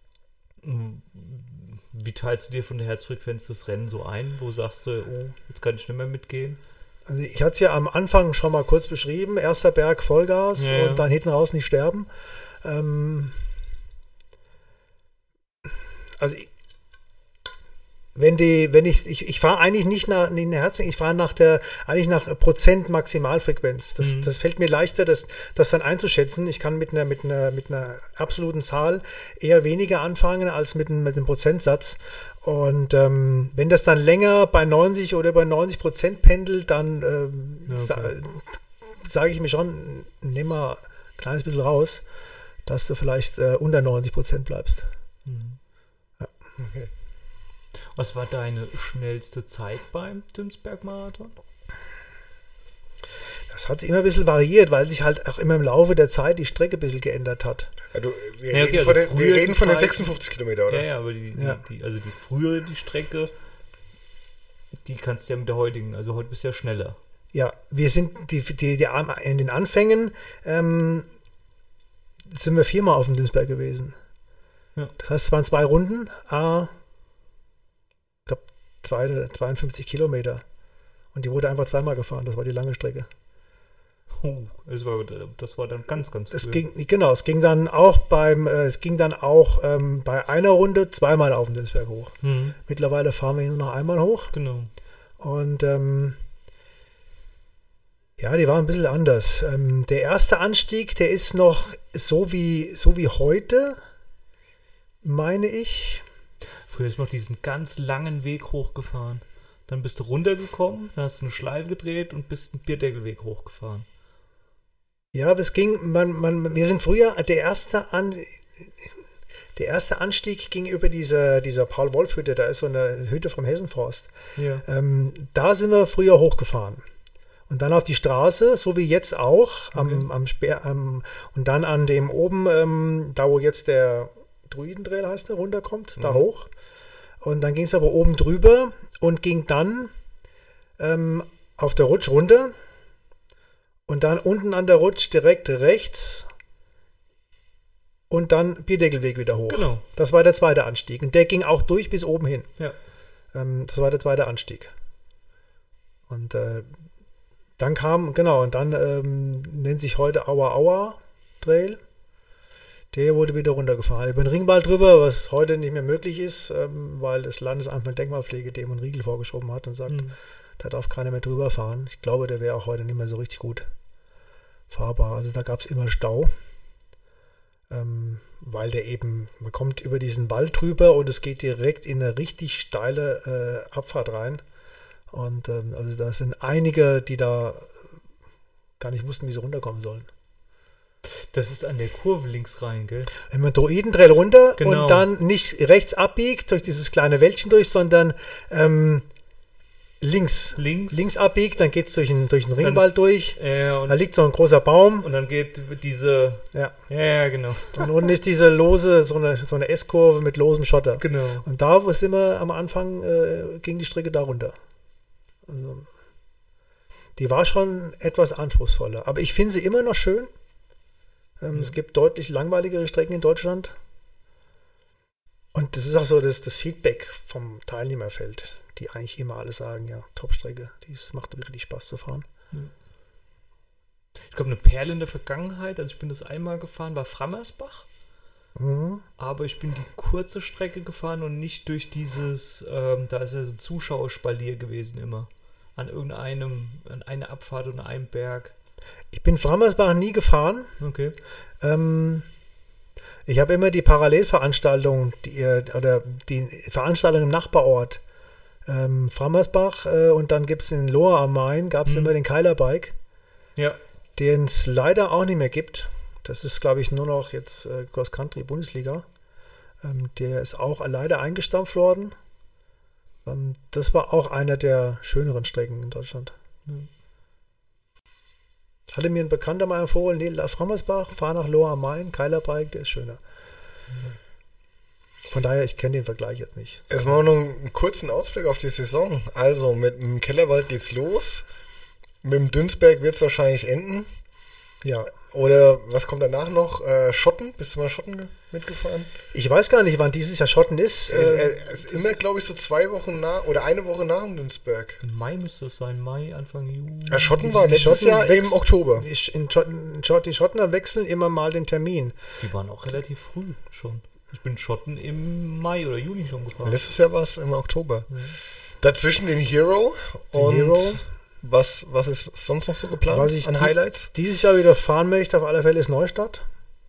Wie teilst du dir von der Herzfrequenz das Rennen so ein? Wo sagst du, oh, jetzt kann ich nicht mehr mitgehen? Also ich hatte es ja am Anfang schon mal kurz beschrieben. Erster Berg Vollgas ja, und dann hinten raus nicht sterben. Ähm, also ich, wenn die, wenn ich, ich, ich fahre eigentlich nicht nach, nicht nach Herzfrequenz, ich fahre nach der, eigentlich nach Prozent Maximalfrequenz. Das, Mhm. das fällt mir leichter, das, das dann einzuschätzen. Ich kann mit einer, mit einer, mit einer absoluten Zahl eher weniger anfangen als mit einem, mit einem Prozentsatz. Und ähm, wenn das dann länger bei neunzig oder bei neunzig Prozent pendelt, dann ähm, Ja, okay. sa sage ich mir schon, nimm mal ein kleines bisschen raus, dass du vielleicht äh, unter neunzig Prozent bleibst. Mhm. Ja. Okay. Was war deine schnellste Zeit beim Dünsberg-Marathon? Das hat sich immer ein bisschen variiert, weil sich halt auch immer im Laufe der Zeit die Strecke ein bisschen geändert hat. Also, wir Ja, okay, reden, also von, den, wir früher reden von den Zeit- sechsundfünfzig Kilometer, oder? Ja, ja, aber die, Ja. Die, die, also die frühere, die Strecke, die kannst du ja mit der heutigen, also heute bist du ja schneller. Ja, wir sind die, die, die Am- in den Anfängen ähm, sind wir viermal auf dem Dünsberg gewesen. Ja. Das heißt, es waren zwei Runden, ah, ich glaube zweiundfünfzig Kilometer. Und die wurde einfach zweimal gefahren, das war die lange Strecke. Oh, das, war, das war dann ganz, ganz Es früh. ging, genau, es ging dann auch beim, äh, es ging dann auch ähm, bei einer Runde zweimal auf den Dünsberg hoch. Mhm, Mittlerweile fahren wir nur noch einmal hoch. genau. Und ähm, ja, die war ein bisschen anders. Ähm, der erste Anstieg, der ist noch so wie, so wie heute, meine ich. Früher ist man noch diesen ganz langen Weg hochgefahren. Dann bist du runtergekommen, dann hast du eine Schleife gedreht und bist einen Bierdeckelweg hochgefahren. Ja, das ging, man, man, wir sind früher, der erste an, der erste Anstieg ging über diese, dieser Paul-Wolf-Hütte, da ist so eine Hütte vom Hessenforst. Ja. Ähm, da sind wir früher hochgefahren. Und dann auf die Straße, so wie jetzt auch, am, Okay. am Speer, am, und dann an dem oben, ähm, da wo jetzt der Druidentrail heißt, der runterkommt, da Mhm. hoch. Und dann ging es aber oben drüber und ging dann ähm, auf der Rutsch runter. Und dann unten an der Rutsch direkt rechts und dann Bierdeckelweg wieder hoch. Genau. Das war der zweite Anstieg. Und der ging auch durch bis oben hin. Ja. Ähm, das war der zweite Anstieg. Und äh, dann kam, genau, und dann ähm, nennt sich heute Aua Aua Trail. Der wurde wieder runtergefahren. Über den Ringwald drüber, was heute nicht mehr möglich ist, ähm, weil das Landesamt für Denkmalpflege dem einen Riegel vorgeschoben hat und sagt, Mhm. da darf keiner mehr drüber fahren. Ich glaube, der wäre auch heute nicht mehr so richtig gut fahrbar. Also da gab es immer Stau, ähm, weil der eben, man kommt über diesen Wald drüber und es geht direkt in eine richtig steile äh, Abfahrt rein. Und ähm, also da sind einige, die da gar nicht wussten, wie sie runterkommen sollen. Das ist an der Kurve links rein, gell? Wenn man Druidentrail runter Genau. und dann nicht rechts abbiegt durch dieses kleine Wäldchen durch, sondern ähm, links, Links. links abbiegt, dann geht es durch den, durch den Dann Ringwald ist- durch. Äh, Da und, liegt so ein großer Baum. und dann geht diese. Ja. Ja, ja, genau. Und unten ist diese lose, so eine, so eine S-Kurve mit losem Schotter. Genau. Und da wo sind wir am Anfang, äh, ging die Strecke da runter. Also, die war schon etwas anspruchsvoller. Aber ich finde sie immer noch schön. Ähm, Ja. Es gibt deutlich langweiligere Strecken in Deutschland. Und das ist auch so das, das Feedback vom Teilnehmerfeld, die eigentlich immer alle sagen, ja, Top-Strecke, das macht wirklich Spaß zu fahren. Ich glaube, eine Perle in der Vergangenheit, also ich bin das einmal gefahren, war Frammersbach. Mhm. Aber ich bin die kurze Strecke gefahren und nicht durch dieses, ähm, da ist ja so ein Zuschauerspalier gewesen immer. An irgendeinem, an einer Abfahrt und einem Berg. Ich bin Frammersbach nie gefahren. Okay. Ähm, ich habe immer die Parallelveranstaltung, die, äh, oder die Veranstaltung im Nachbarort. Ähm, Frammersbach äh, und dann gibt es in Lohr am Main, gab es Mhm. immer den Keilerbike, Ja. den es leider auch nicht mehr gibt. Das ist, glaube ich, nur noch jetzt äh, Cross-Country-Bundesliga. Ähm, der ist auch leider eingestampft worden. Ähm, das war auch einer der schöneren Strecken in Deutschland. Mhm. Hatte mir ein Bekannter mal empfohlen, nee, Frammersbach, fahr nach Lohr am Main, Keilerbike, der ist schöner. Von daher, ich kenne den Vergleich jetzt nicht. Jetzt machen wir noch einen kurzen Ausblick auf die Saison. Also, mit dem Kellerwald geht's los. Mit dem Dünsberg wird es wahrscheinlich enden. Ja, Oder was kommt danach noch? Äh, Schotten? Bist du mal Schotten ge- mitgefahren? ich weiß gar nicht, wann dieses Jahr Schotten ist. Äh, Äh, äh, ist immer, glaube ich, so zwei Wochen nach oder eine Woche nach dem Dünsberg. Im Mai müsste es sein, Mai, Anfang Juni. Ja, Schotten war Die letztes Schotten Jahr im wächst- Oktober. die, in Schotten, Schott- die Schottner wechseln immer mal den Termin. Die waren auch relativ früh schon. Ich bin Schotten im Mai oder Juni schon gefahren. Letztes Jahr war es im Oktober. Dazwischen den Hero. Den und Hero. Was, was ist sonst noch so geplant Was ich an die- Highlights? Dieses Jahr wieder fahren möchte, auf alle Fälle ist Neustadt.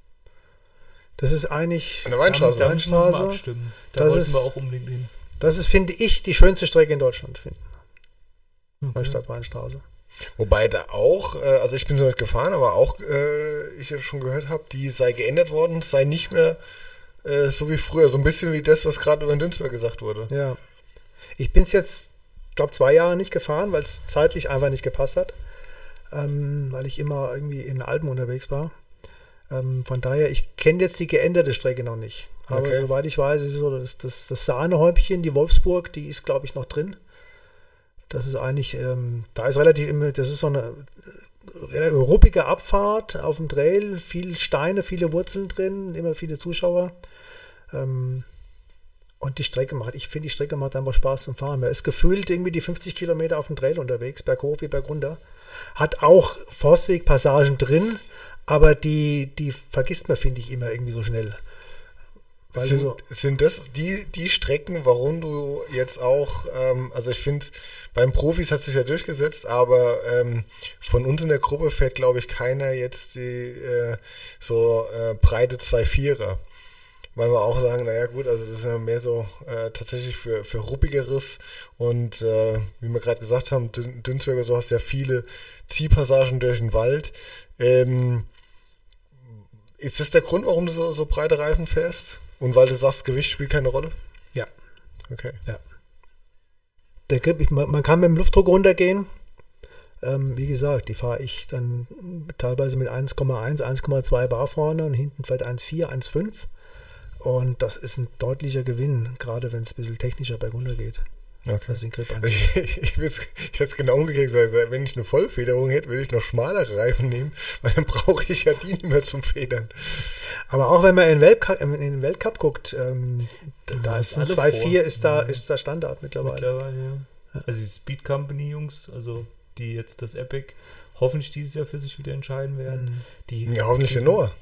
Das ist eigentlich, An der Da, Weinstraße. da müssen wir mal Weinstraße. abstimmen. Da Das wollten ist- wir auch unbedingt hin. das ist, finde ich, die schönste Strecke in Deutschland, finden. Okay. Neustadt Weinstraße. Wobei da auch, äh, also ich bin so nicht gefahren, aber auch äh, ich ja schon gehört habe, die sei geändert worden, sei nicht mehr äh, so wie früher. So ein bisschen wie das, was gerade über den Dünsberg gesagt wurde. Ja. Ich bin es jetzt, glaube zwei Jahre nicht gefahren, weil es zeitlich einfach nicht gepasst hat. Ähm, weil ich immer irgendwie in den Alpen unterwegs war. Ähm, von daher, ich kenne jetzt die geänderte Strecke noch nicht. Aber Okay. soweit ich weiß, ist es so, das, das, das Sahnehäubchen, die Wolfsburg, die ist, glaube ich, noch drin. Das ist eigentlich, ähm, da ist relativ immer, das ist so eine äh, ruppige Abfahrt auf dem Trail, viel Steine, viele Wurzeln drin, immer viele Zuschauer. Ähm, und die Strecke macht, ich finde, die Strecke macht einfach Spaß zum Fahren. Man ist gefühlt irgendwie die fünfzig Kilometer auf dem Trail unterwegs, berghoch wie bergunter. Hat auch Forstwegpassagen drin, aber die, die vergisst man, finde ich, immer irgendwie so schnell. Weil Sind, so, sind das die, die Strecken, warum du jetzt auch, ähm, also ich finde, beim Profis hat sich ja durchgesetzt, aber ähm, von uns in der Gruppe fährt, glaube ich, keiner jetzt die äh, so äh, breite zwei Vierer. Weil wir auch sagen, naja gut, also das ist ja mehr so äh, tatsächlich für, für ruppigeres und äh, wie wir gerade gesagt haben, Dün Dünsberger, so hast ja viele Ziehpassagen durch den Wald. Ähm, ist das der Grund, warum du so, so breite Reifen fährst? Und weil du sagst, Gewicht spielt keine Rolle? Ja. Okay. Ja. Der Grip, ich, man, man kann mit dem Luftdruck runtergehen. Ähm, wie gesagt, die fahre ich dann teilweise mit eins Komma eins, eins Komma zwei Bar vorne und hinten vielleicht eins Komma vier, eins Komma fünf. Und das ist ein deutlicher Gewinn, gerade wenn es ein bisschen technischer bergunter geht. Okay. Was den Grip angeht. Ich, ich, ich, ich hätte es genau umgekehrt gesagt, wenn ich eine Vollfederung hätte, würde ich noch schmalere Reifen nehmen, weil dann brauche ich ja die nicht mehr zum Federn. Aber auch wenn man in den Weltcup, in den Weltcup guckt, ähm, da, da ist ein zwei Komma vier ist da, ist da Standard mittlerweile. Mittlerweile, ja. Also die Speed Company Jungs, also die jetzt das Epic hoffentlich dieses Jahr für sich wieder entscheiden werden. Die, ja, hoffentlich der Noah.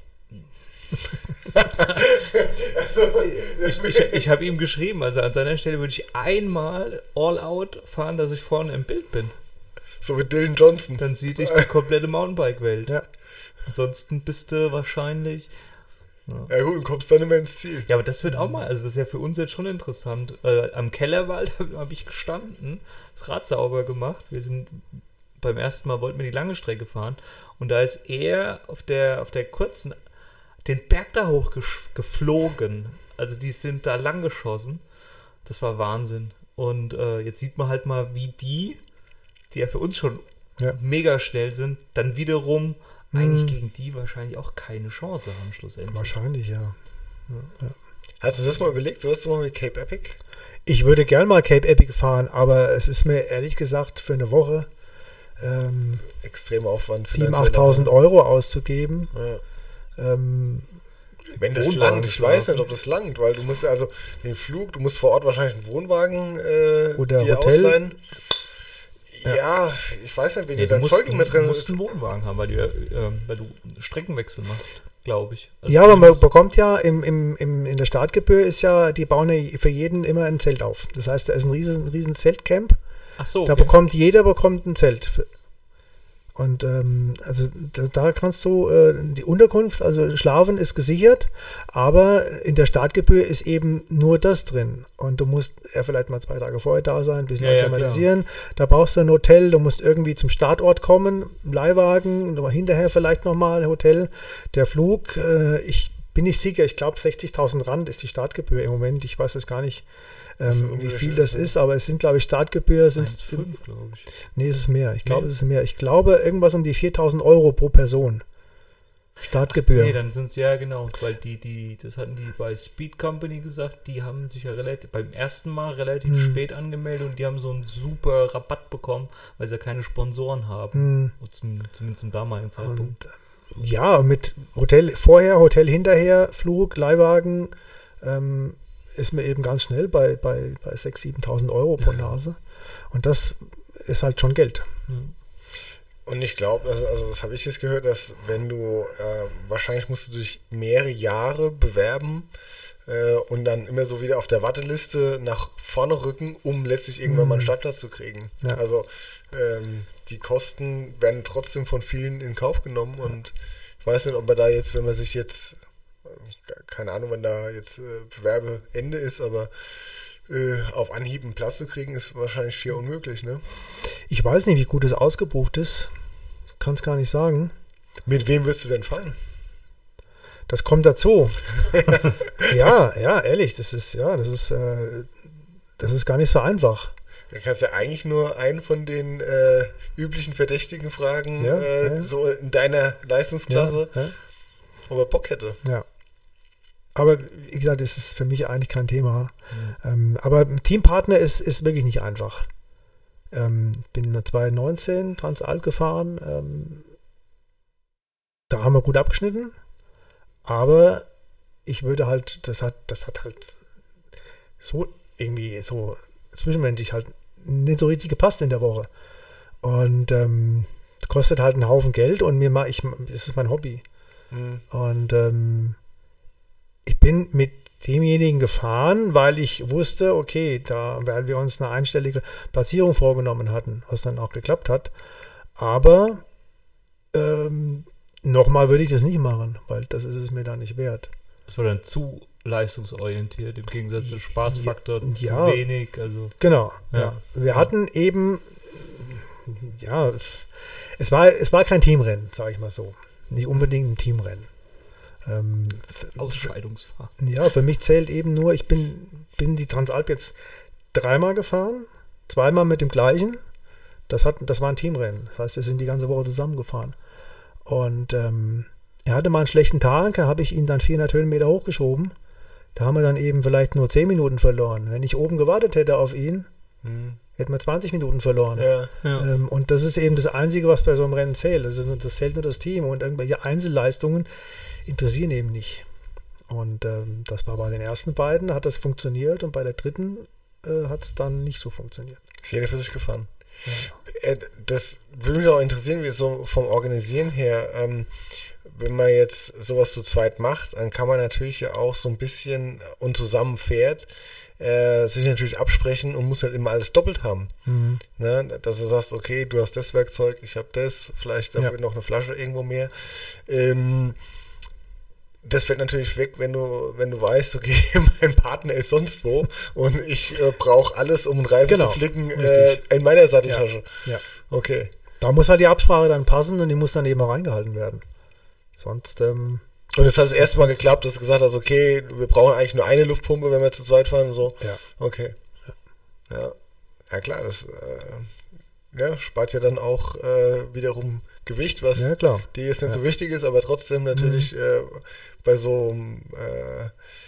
ich ich, ich habe ihm geschrieben, also an seiner Stelle würde ich einmal all out fahren, dass ich vorne im Bild bin. So wie Dylan Johnson. Dann sieht ich die komplette Mountainbike-Welt. Ja. Ansonsten bist du wahrscheinlich... Ja, ja gut, und kommst dann immer ins Ziel. Ja, aber das wird auch mal, also das ist ja für uns jetzt schon interessant. Äh, am Kellerwald habe ich gestanden, das Rad sauber gemacht. Wir sind beim ersten Mal, wollten wir die lange Strecke fahren und da ist er auf der, auf der kurzen den Berg da hoch geflogen. Also die sind da lang geschossen. Das war Wahnsinn. Und äh, jetzt sieht man halt mal, wie die, die ja für uns schon ja. mega schnell sind, dann wiederum hm. eigentlich gegen die wahrscheinlich auch keine Chance haben schlussendlich. Wahrscheinlich, ja. ja. ja. Hast du das mal überlegt? So hast du mal mit Cape Epic? Ich würde gern mal Cape Epic fahren, aber es ist mir ehrlich gesagt für eine Woche ähm, extremer Aufwand. siebentausend, achttausend Euro auszugeben. Ja. Ähm, Wenn das langt, ich weiß nicht, ob das langt, weil du musst also den Flug, du musst vor Ort wahrscheinlich einen Wohnwagen äh, oder dir Hotel. Ausleihen. Ja, ja, ich weiß nicht, wenn nee, ihr da Zeug mit drin Du musst einen Wohnwagen haben, weil du, äh, weil du Streckenwechsel machst, glaube ich. Also ja, aber man bekommt ja im, im, im, in der Startgebühr ist ja, die bauen ja für jeden immer ein Zelt auf. Das heißt, da ist ein riesen, riesen Zeltcamp. Ach so, okay. Da bekommt jeder bekommt ein Zelt. Für, Und ähm, also da, da kannst du äh, die Unterkunft, also Schlafen ist gesichert, aber in der Startgebühr ist eben nur das drin. Und du musst ja vielleicht mal zwei Tage vorher da sein, ein bisschen ja, akklimatisieren. Ja, da brauchst du ein Hotel, du musst irgendwie zum Startort kommen, Leihwagen, hinterher vielleicht nochmal ein Hotel. Der Flug, äh, ich bin nicht sicher, ich glaube sechzigtausend Rand ist die Startgebühr im Moment. Ich weiß es gar nicht. Ähm, wie viel das ist, aber es sind, glaube ich, Startgebühr sind eins Komma fünf, glaube ich. Nee, es ist mehr. Ich glaube, nee. es ist mehr. Ich glaube, irgendwas um die viertausend Euro pro Person. Startgebühr. Nee, dann sind es ja genau, weil die, die, das hatten die bei Speed Company gesagt, die haben sich ja relativ, beim ersten Mal relativ hm. spät angemeldet und die haben so einen super Rabatt bekommen, weil sie ja keine Sponsoren haben. Hm. Zum, zumindest zum damaligen Zeitpunkt. Und, ja, mit Hotel vorher, Hotel hinterher, Flug, Leihwagen, ähm, ist mir eben ganz schnell bei, bei, bei sechstausend, siebentausend Euro pro Nase. Und das ist halt schon Geld. Und ich glaube, also das habe ich jetzt gehört, dass wenn du, äh, wahrscheinlich musst du dich mehrere Jahre bewerben äh, und dann immer so wieder auf der Warteliste nach vorne rücken, um letztlich irgendwann mal einen Startplatz zu kriegen. Ja. Also ähm, die Kosten werden trotzdem von vielen in Kauf genommen und ich weiß nicht, ob man da jetzt, wenn man sich jetzt keine Ahnung, wenn da jetzt äh, Bewerbeende ist, aber äh, auf Anhieb einen Platz zu kriegen, ist wahrscheinlich schier unmöglich, ne? Ich weiß nicht, wie gut es ausgebucht ist. Kann es gar nicht sagen. Mit wem würdest du denn fahren? Das kommt dazu. ja, ja, ehrlich, das ist, ja, das ist, äh, das ist gar nicht so einfach. Da kannst du ja eigentlich nur einen von den äh, üblichen Verdächtigen fragen, ja, äh, ja. so in deiner Leistungsklasse, ja, ja. ob er Bock hätte. Ja. Aber wie gesagt, das ist für mich eigentlich kein Thema. Mhm. Ähm, aber Teampartner ist, ist wirklich nicht einfach. Ähm, bin zwanzig neunzehn Transalp gefahren. Ähm, da haben wir gut abgeschnitten. Aber ich würde halt, das hat, das hat halt so irgendwie so zwischenmenschlich halt nicht so richtig gepasst in der Woche. Und ähm, kostet halt einen Haufen Geld und mir mal, ich, das ist mein Hobby. Mhm. Und ähm, ich bin mit demjenigen gefahren, weil ich wusste, okay, da, weil wir uns eine einstellige Platzierung vorgenommen hatten, was dann auch geklappt hat. Aber ähm, nochmal würde ich das nicht machen, weil das ist es mir da nicht wert. Das war dann zu leistungsorientiert, im Gegensatz zum Spaßfaktor ja, zu wenig. Also, genau, ja. ja. Wir hatten eben, ja, es war, es war kein Teamrennen, sage ich mal so. Nicht unbedingt ein Teamrennen. Ähm, Ausscheidungsfahr. Ja, für mich zählt eben nur, ich bin, bin die Transalp jetzt dreimal gefahren, zweimal mit dem gleichen. Das, hat, das war ein Teamrennen. Das heißt, wir sind die ganze Woche zusammengefahren. Und ähm, er hatte mal einen schlechten Tag, da habe ich ihn dann vierhundert Höhenmeter hochgeschoben. Da haben wir dann eben vielleicht nur zehn Minuten verloren. Wenn ich oben gewartet hätte auf ihn, hm. hätten wir zwanzig Minuten verloren. Ja, ja. Ähm, und das ist eben das Einzige, was bei so einem Rennen zählt. Das, ist, das zählt nur das Team und irgendwelche Einzelleistungen interessieren eben nicht. Und ähm, das war bei den ersten beiden, hat das funktioniert und bei der dritten äh, hat es dann nicht so funktioniert. Ist jeder für sich gefahren. Ja. Das würde mich auch interessieren, wie es so vom Organisieren her, ähm, wenn man jetzt sowas zu zweit macht, dann kann man natürlich ja auch so ein bisschen und zusammen fährt, äh, sich natürlich absprechen und muss halt immer alles doppelt haben. Mhm. Ne? Dass du sagst, okay, du hast das Werkzeug, ich habe das, vielleicht dafür ja. noch eine Flasche irgendwo mehr. Ähm, Das fällt natürlich weg, wenn du, wenn du weißt, okay, mein Partner ist sonst wo und ich äh, brauche alles, um einen Reifen genau, zu flicken, äh, in meiner Satteltasche. Ja, ja. Okay. Da muss halt die Absprache dann passen und die muss dann eben auch reingehalten werden. Sonst. Ähm, und es hat das erste Mal geklappt, dass du gesagt hast, okay, wir brauchen eigentlich nur eine Luftpumpe, wenn wir zu zweit fahren und so. Ja. Okay. Ja. Ja, ja klar, das äh, ja, spart ja dann auch äh, wiederum Gewicht, was ja, klar. die jetzt nicht ja. so wichtig ist, aber trotzdem natürlich mhm. äh, bei so äh,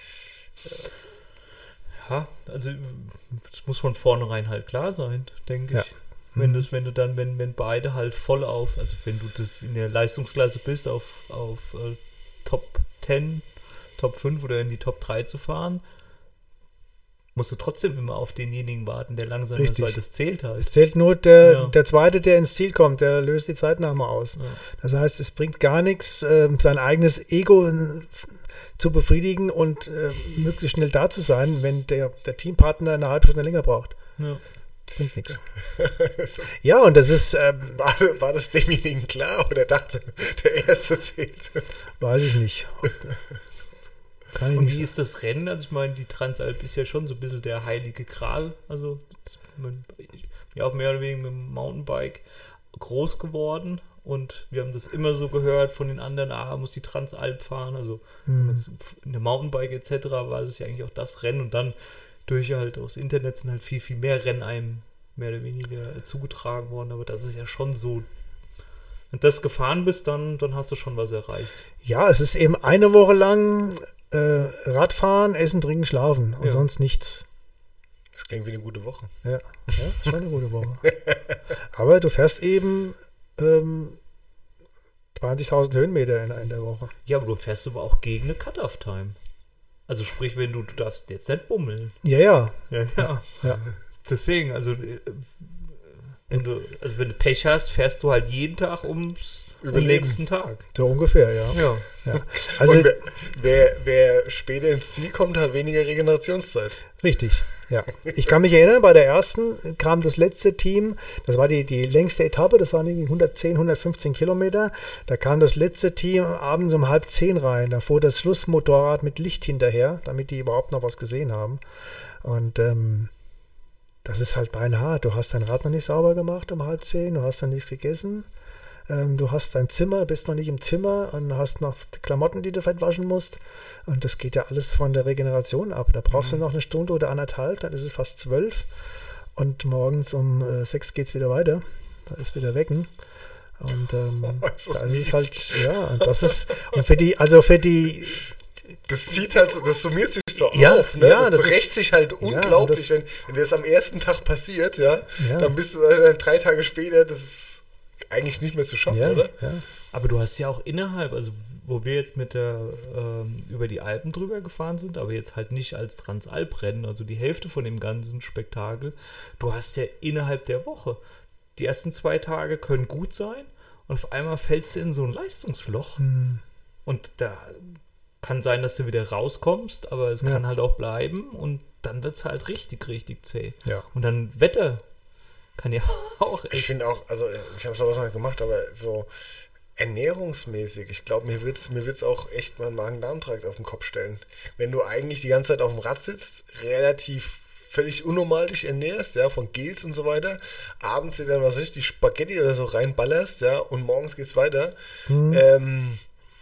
ja, also das muss von vornherein halt klar sein, denke ja. ich. Wenn, das, wenn du dann, wenn, wenn beide halt voll auf, also wenn du das in der Leistungsklasse bist, auf, auf äh, Top zehn, Top fünf oder in die Top drei zu fahren, musst du trotzdem immer auf denjenigen warten, der langsam ist, weil das zählt halt. Es zählt nur der, ja. der Zweite, der ins Ziel kommt, der löst die Zeitnahme aus. Ja. Das heißt, es bringt gar nichts, äh, sein eigenes Ego äh, zu befriedigen und äh, möglichst schnell da zu sein, wenn der, der Teampartner eine halbe Stunde länger braucht. Ja. Bringt nichts. Ja, und das ist... Ähm, war, war das demjenigen klar oder dachte, der Erste zählt? Weiß ich nicht. Kann ich und nicht wie sagen. Ist das Rennen? Also ich meine, die Transalp ist ja schon so ein bisschen der heilige Gral. Also das, man, ich bin ja auch mehr oder weniger mit dem Mountainbike groß geworden und wir haben das immer so gehört von den anderen, ah, muss die Transalp fahren. Also mhm. in der Mountainbike et cetera war das ja eigentlich auch das Rennen und dann durch halt aus Internet sind halt viel, viel mehr Rennen einem mehr oder weniger zugetragen worden, aber das ist ja schon so, wenn du das gefahren bist, dann, dann hast du schon was erreicht. Ja, es ist eben eine Woche lang äh, Radfahren, Essen, Trinken, Schlafen und ja. sonst nichts. Das klingt wie eine gute Woche. Ja, ja, ist schon eine gute Woche. Aber du fährst eben ähm, zwanzigtausend Höhenmeter in, in der Woche. Ja, aber du fährst aber auch gegen eine Cut-Off-Time. Also sprich, wenn du, du darfst jetzt nicht bummeln. Ja, ja. Ja, ja. ja. Deswegen, also wenn du, also wenn du Pech hast, fährst du halt jeden Tag ums den nächsten Tag. So ungefähr, ja. ja. ja. Also und wer, wer, wer später ins Ziel kommt, hat weniger Regenerationszeit. Richtig, ja. Ich kann mich erinnern, bei der ersten kam das letzte Team, das war die, die längste Etappe, das waren irgendwie hundertzehn, hundertfünfzehn Kilometer. Da kam das letzte Team abends um halb zehn rein. Da fuhr das Schlussmotorrad mit Licht hinterher, damit die überhaupt noch was gesehen haben. Und ähm, das ist halt beinhart. Du hast dein Rad noch nicht sauber gemacht um halb zehn, du hast dann nichts gegessen. Ähm, du hast dein Zimmer, bist noch nicht im Zimmer und hast noch Klamotten, die du vielleicht waschen musst. Und das geht ja alles von der Regeneration ab. Da brauchst mhm. du noch eine Stunde oder anderthalb, dann ist es fast zwölf. Und morgens um äh, sechs geht es wieder weiter. Da ist wieder Wecken. Und ähm, oh, ist da ist es halt, ja, und das ist, und für die, also für die, das zieht halt, das summiert sich so ja, auf, ne? Ja, das, das rächt sich halt unglaublich, das, wenn, wenn das am ersten Tag passiert, ja, ja. dann bist du dann drei Tage später, das ist eigentlich nicht mehr zu schaffen, ja, oder? Ja. Aber du hast ja auch innerhalb, also wo wir jetzt mit der ähm, über die Alpen drüber gefahren sind, aber jetzt halt nicht als Transalp-Rennen, also die Hälfte von dem ganzen Spektakel, du hast ja innerhalb der Woche, die ersten zwei Tage können gut sein und auf einmal fällst du in so ein Leistungsloch hm. und da kann sein, dass du wieder rauskommst, aber es ja. kann halt auch bleiben und dann wird es halt richtig, richtig zäh. Ja. Und dann Wetter kann ja auch echt. Ich finde auch, also ich habe sowas noch nicht gemacht, aber so ernährungsmäßig, ich glaube, mir wird es mir wird's auch echt mal einen Magen-Darm-Trakt auf den Kopf stellen. Wenn du eigentlich die ganze Zeit auf dem Rad sitzt, relativ völlig unnormal dich ernährst, ja, von Gels und so weiter, abends dir dann was richtig Spaghetti oder so reinballerst, ja, und morgens geht's weiter. Mhm. Ähm,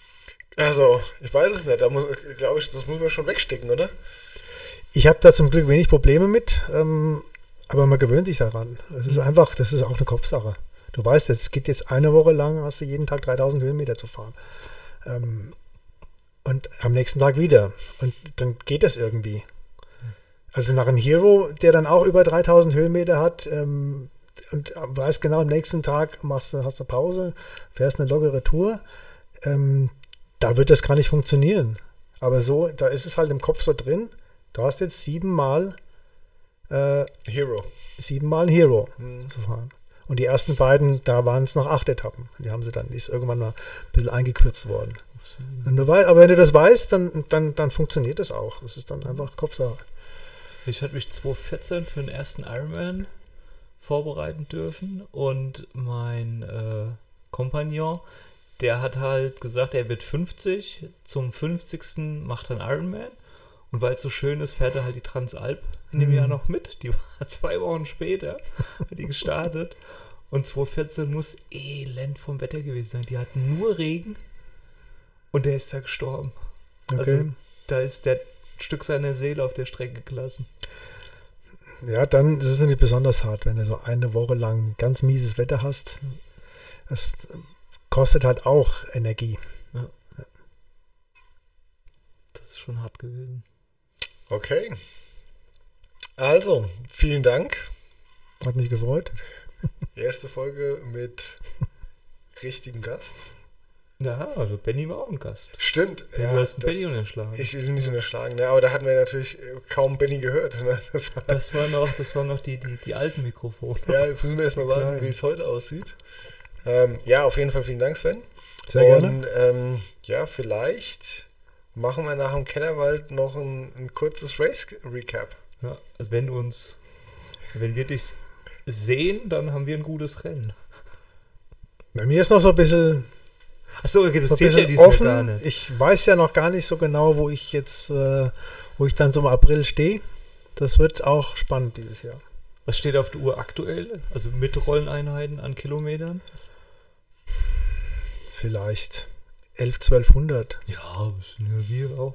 Also, ich weiß es nicht. Da muss, glaube ich, das muss man schon wegstecken, oder? Ich habe da zum Glück wenig Probleme mit, ähm, aber man gewöhnt sich daran. Es ist einfach, das ist auch eine Kopfsache. Du weißt, es geht jetzt eine Woche lang, hast du jeden Tag dreitausend Höhenmeter zu fahren. Ähm, und am nächsten Tag wieder. Und dann geht das irgendwie. Also nach einem Hero, der dann auch über dreitausend Höhenmeter hat, ähm, und weißt genau, am nächsten Tag machst du, hast du Pause, fährst eine lockere Tour, ähm, da wird das gar nicht funktionieren. Aber so, da ist es halt im Kopf so drin, du hast jetzt siebenmal äh, Hero. Siebenmal ein Hero Hm. zu fahren. Und die ersten beiden, da waren es noch acht Etappen. Die haben sie dann, die ist irgendwann mal ein bisschen eingekürzt worden. Und du weißt, aber wenn du das weißt, dann, dann, dann funktioniert das auch. Das ist dann einfach Kopfsache. Ich hatte mich zweitausendvierzehn für den ersten Ironman vorbereiten dürfen und mein äh, Kompagnon, der hat halt gesagt, er wird fünfzig, zum fünfzigsten macht er einen Ironman und weil es so schön ist, fährt er halt die Transalp in dem Mhm. Jahr noch mit. Die war zwei Wochen später, hat die gestartet und zweitausendvierzehn muss elend vom Wetter gewesen sein. Die hatten nur Regen und der ist da gestorben. Okay. Also da ist der Stück seiner Seele auf der Strecke gelassen. Ja, dann ist es nicht besonders hart, wenn du so eine Woche lang ganz mieses Wetter hast. Das kostet halt auch Energie. Das ist schon hart gewesen. Okay. Also, vielen Dank. Hat mich gefreut. Erste Folge mit richtigem Gast. Ja, also Benny war auch ein Gast. Stimmt. Du Ja, hast einen das, Benny unterschlagen. ich will nicht unterschlagen, ne? Aber da hatten wir natürlich kaum Benny gehört. Ne? Das war, Das war noch, das waren noch die, die, die alten Mikrofone. ja, jetzt müssen wir erstmal warten, Klein. wie es heute aussieht. Ähm, ja, auf jeden Fall vielen Dank, Sven. Sehr gerne. Und ähm, ja, vielleicht machen wir nach dem Kellerwald noch ein, ein kurzes Race-Recap. Ja, also wenn du uns, wenn wir dich sehen, dann haben wir ein gutes Rennen. Bei mir ist noch so ein bisschen, Achso, okay, das so ein zählt ja bisschen diesmal gar offen. nicht. Ich weiß ja noch gar nicht so genau, wo ich jetzt, äh, wo ich dann so im April stehe. Das wird auch spannend dieses Jahr. Was steht auf der Uhr aktuell? Also mit Rolleneinheiten an Kilometern? Vielleicht elf, zwölfhundert. Ja, das sind ja wir auch.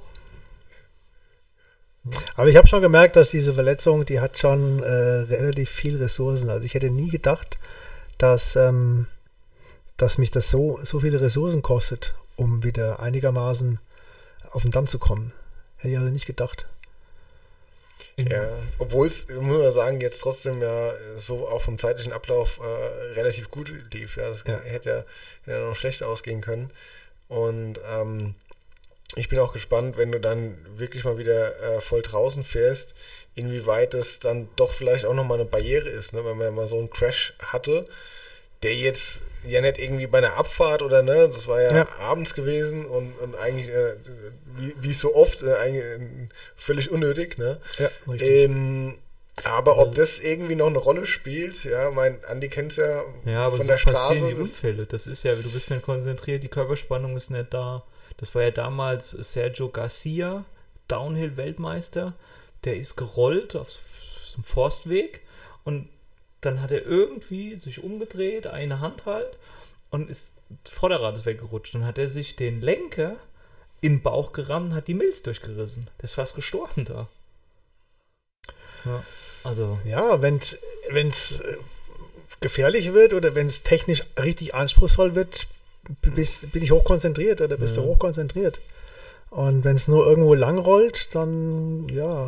Aber ich habe schon gemerkt, dass diese Verletzung, die hat schon äh, relativ viel Ressourcen. Also ich hätte nie gedacht, dass, ähm, dass mich das so, so viele Ressourcen kostet, um wieder einigermaßen auf den Damm zu kommen. Hätte ich also nicht gedacht. In, Ja, obwohl es, muss man sagen, jetzt trotzdem ja so auch vom zeitlichen Ablauf äh, relativ gut lief. Ja, das Ja. hätte ja, hätte ja noch schlechter ausgehen können. Und ähm, ich bin auch gespannt, wenn du dann wirklich mal wieder äh, voll draußen fährst, inwieweit das dann doch vielleicht auch nochmal eine Barriere ist, ne? Wenn man mal so einen Crash hatte, der jetzt ja nicht irgendwie bei einer Abfahrt oder ne, das war ja, Ja. abends gewesen und, und eigentlich, äh, wie, wie so oft, äh, eigentlich äh, völlig unnötig, ne? Ja, richtig. Ähm, aber ob das irgendwie noch eine Rolle spielt, ja, mein Andi kennt es ja, ja, aber von so der passieren Straße. die Das, Unfälle. Das ist ja, du bist dann konzentriert, die Körperspannung ist nicht da. Das war ja damals Sergio Garcia, Downhill-Weltmeister. Der ist gerollt auf so einem Forstweg und dann hat er irgendwie sich umgedreht, eine Hand halt, und ist Vorderrad ist weggerutscht. Dann hat er sich den Lenker in den Bauch gerammt und hat die Milz durchgerissen. Der ist fast gestorben da. Ja, also. Ja, wenn es gefährlich wird oder wenn es technisch richtig anspruchsvoll wird, bist, bin ich hochkonzentriert oder bist Ja. du hochkonzentriert. Und wenn es nur irgendwo lang rollt, dann ja.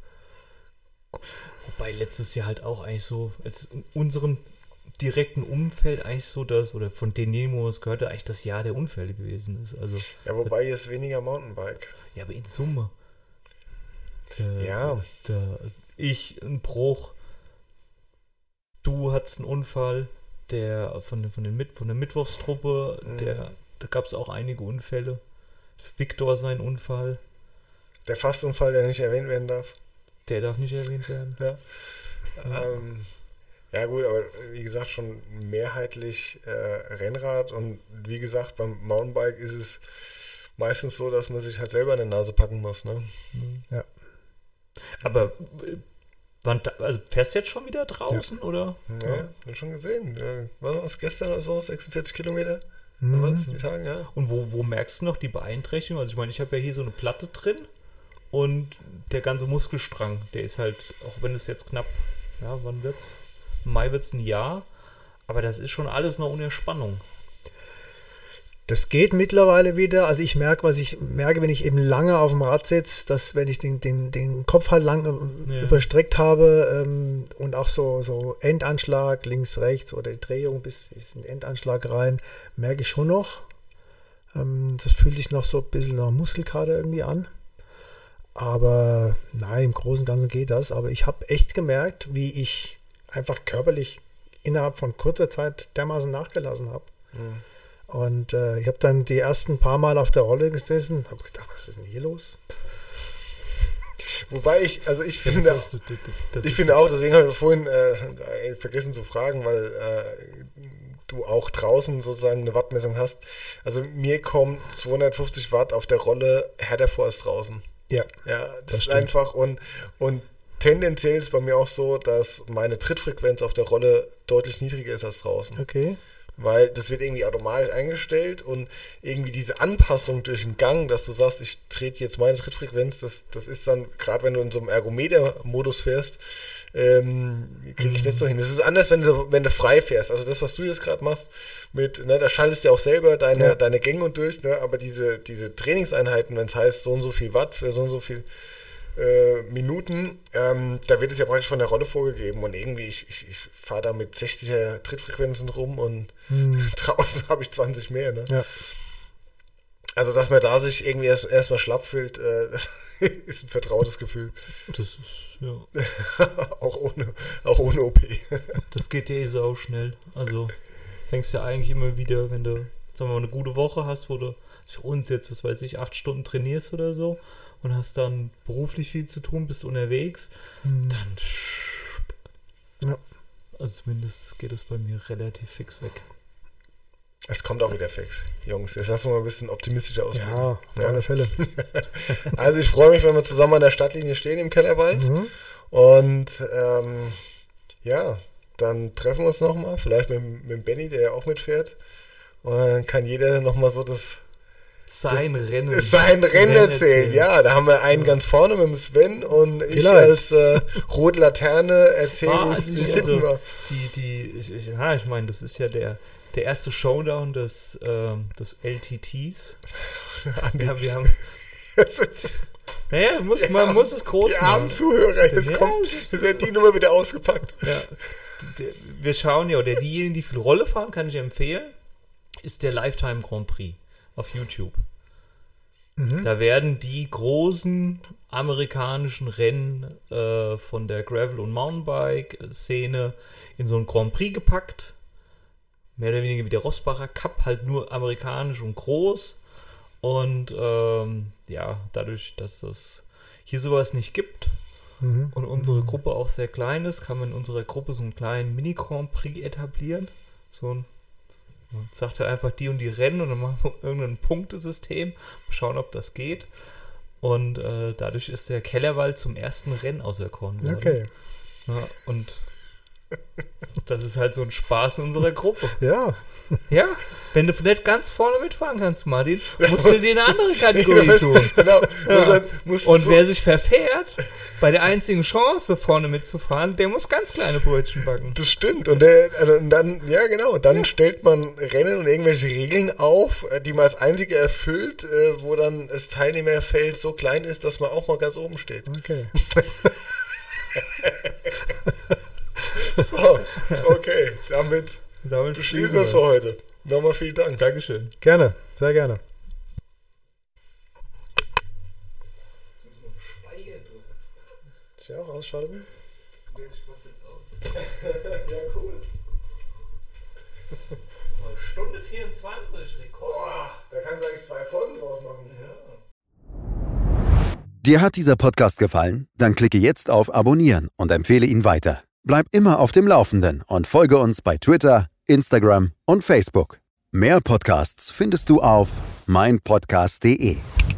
Wobei letztes Jahr halt auch eigentlich so, als in unserem direkten Umfeld eigentlich so das, oder von denen, wo es gehörte, eigentlich das Jahr der Unfälle gewesen ist. Also, ja, wobei jetzt weniger Mountainbike. ja, aber in Summe. Der, Ja. Der, ich, ein Bruch. Du hattest einen Unfall. Der von, den- von, den Mit, von der Mittwochstruppe, Mhm. der, da gab es auch einige Unfälle. Viktor sein Unfall, Der Fastunfall, der nicht erwähnt werden darf. der darf nicht erwähnt werden. Ja. Ähm, ja gut, aber wie gesagt, schon mehrheitlich äh, Rennrad und wie gesagt, beim Mountainbike ist es meistens so, dass man sich halt selber in die Nase packen muss, ne? Ja. Aber äh, wann, da- also fährst du jetzt schon wieder draußen, oder? Ja, hab schon gesehen. Äh, Was war das gestern oder so? sechsundvierzig Kilometer? Mhm. War das die Tage, ja. Und wo, wo merkst du noch die Beeinträchtigung? Also ich meine, ich habe ja hier so eine Platte drin und der ganze Muskelstrang, der ist halt, auch wenn es jetzt knapp, ja, wann wird's? Im Mai wird's ein Jahr, aber das ist schon alles noch unter Spannung. Das geht mittlerweile wieder. Also ich merke, was ich merke, wenn ich eben lange auf dem Rad sitze, dass wenn ich den, den, den Kopf halt lang ja. überstreckt habe ähm, und auch so, so Endanschlag links, rechts oder die Drehung bis in den Endanschlag rein, merke ich schon noch. Ähm, das fühlt sich noch so ein bisschen nach Muskelkater irgendwie an. Aber nein, im Großen und Ganzen geht das. Aber ich habe echt gemerkt, wie ich einfach körperlich innerhalb von kurzer Zeit dermaßen nachgelassen habe. Mhm. Und äh, ich habe dann die ersten paar Mal auf der Rolle gesessen und habe gedacht, was ist denn hier los? Wobei ich, also ich finde, das, das, das, ich finde auch, deswegen habe ich vorhin äh, vergessen zu fragen, weil äh, du auch draußen sozusagen eine Wattmessung hast. Also mir kommt zweihundertfünfzig Watt auf der Rolle härter vor als draußen. Ja, ja das, das ist stimmt. Einfach und, und tendenziell ist es bei mir auch so, dass meine Trittfrequenz auf der Rolle deutlich niedriger ist als draußen. Okay. Weil das wird irgendwie automatisch eingestellt und irgendwie diese Anpassung durch den Gang, dass du sagst, ich trete jetzt meine Trittfrequenz, das, das ist dann, gerade wenn du in so einem Ergometer-Modus fährst, ähm, kriege ich nicht so hin. Das ist anders, wenn du, wenn du frei fährst. Also das, was du jetzt gerade machst, mit, ne, da schaltest du ja auch selber deine, ja. deine Gänge und durch, ne, aber diese, diese Trainingseinheiten, wenn es heißt, so und so viel Watt für so und so viel Äh, Minuten, ähm, da wird es ja praktisch von der Rolle vorgegeben und irgendwie, ich, ich, ich fahre da mit sechziger Trittfrequenzen rum und hm. draußen habe ich zwanzig mehr, ne? Ja. Also, dass man da sich irgendwie erst erstmal schlapp fühlt, äh, das ist ein vertrautes Gefühl. Das ist, ja. auch, ohne, auch ohne O P. Das geht ja eh sau schnell. Also, fängst ja eigentlich immer wieder, wenn du, sagen wir mal, eine gute Woche hast, wo du für uns jetzt, was weiß ich, acht Stunden trainierst oder so, und hast dann beruflich viel zu tun, bist unterwegs, mhm. dann ja. Also zumindest geht es bei mir relativ fix weg. Es kommt auch wieder fix, Jungs. Jetzt lassen wir mal ein bisschen optimistischer ausblicken. Ja, auf ja. alle Fälle. Also ich freue mich, wenn wir zusammen an der Stadtlinie stehen im Kellerwald. Mhm. Und ähm, ja, dann treffen wir uns nochmal, vielleicht mit, mit dem Benny, der ja auch mitfährt. Und dann kann jeder nochmal so das Sein das, Rennen. Sein Rennen erzählen, ja. Da haben wir einen ja. ganz vorne mit dem Sven und ich Vielleicht. als äh, rote Laterne erzähle, ah, wie es hinten also, war. Die, die, ich, ich, ja, ich meine, das ist ja der, der erste Showdown des, ähm, des L T Ts. ja, wir haben... naja, muss, man armen, muss es groß die machen. Die armen Zuhörer, jetzt, ja, kommt, jetzt wird die Nummer wieder ausgepackt. Ja. Wir schauen ja, oder diejenigen, die viel Rolle fahren, kann ich empfehlen, ist der Lifetime Grand Prix auf YouTube. Mhm. Da werden die großen amerikanischen Rennen äh, von der Gravel- und Mountainbike-Szene in so einen Grand Prix gepackt. Mehr oder weniger wie der Rossbacher Cup, halt nur amerikanisch und groß. Und ähm, ja, dadurch, dass es hier sowas nicht gibt mhm. und unsere Gruppe auch sehr klein ist, kann man in unserer Gruppe so einen kleinen Mini-Grand Prix etablieren. So ein Man sagt halt einfach die und die Rennen und dann machen wir irgendein Punktesystem, schauen, ob das geht. Und äh, dadurch ist der Kellerwald zum ersten Rennen auserkoren worden. Okay. Ja, und das ist halt so ein Spaß in unserer Gruppe. Ja. Ja, wenn du nicht ganz vorne mitfahren kannst, Martin, musst du dir eine andere Kategorie tun. Genau. Ja. Und wer sich verfährt, bei der einzigen Chance, vorne mitzufahren, der muss ganz kleine Brötchen backen. Das stimmt. Und, der, also, und dann, ja genau, dann ja. stellt man Rennen und irgendwelche Regeln auf, die man als einzige erfüllt, wo dann das Teilnehmerfeld so klein ist, dass man auch mal ganz oben steht. Okay. So, okay, damit, damit beschließen wir es für heute. Nochmal vielen Dank. Dankeschön. Gerne, sehr gerne. Soll ich auch ausschalten? Nee, ich mach's jetzt aus. Ja, cool. Stunde vierundzwanzig, Rekord. Boah, da kannst du eigentlich zwei Folgen draus machen. Ja. Dir hat dieser Podcast gefallen? Dann klicke jetzt auf Abonnieren und empfehle ihn weiter. Bleib immer auf dem Laufenden und folge uns bei Twitter, Instagram und Facebook. Mehr Podcasts findest du auf mein podcast punkt de.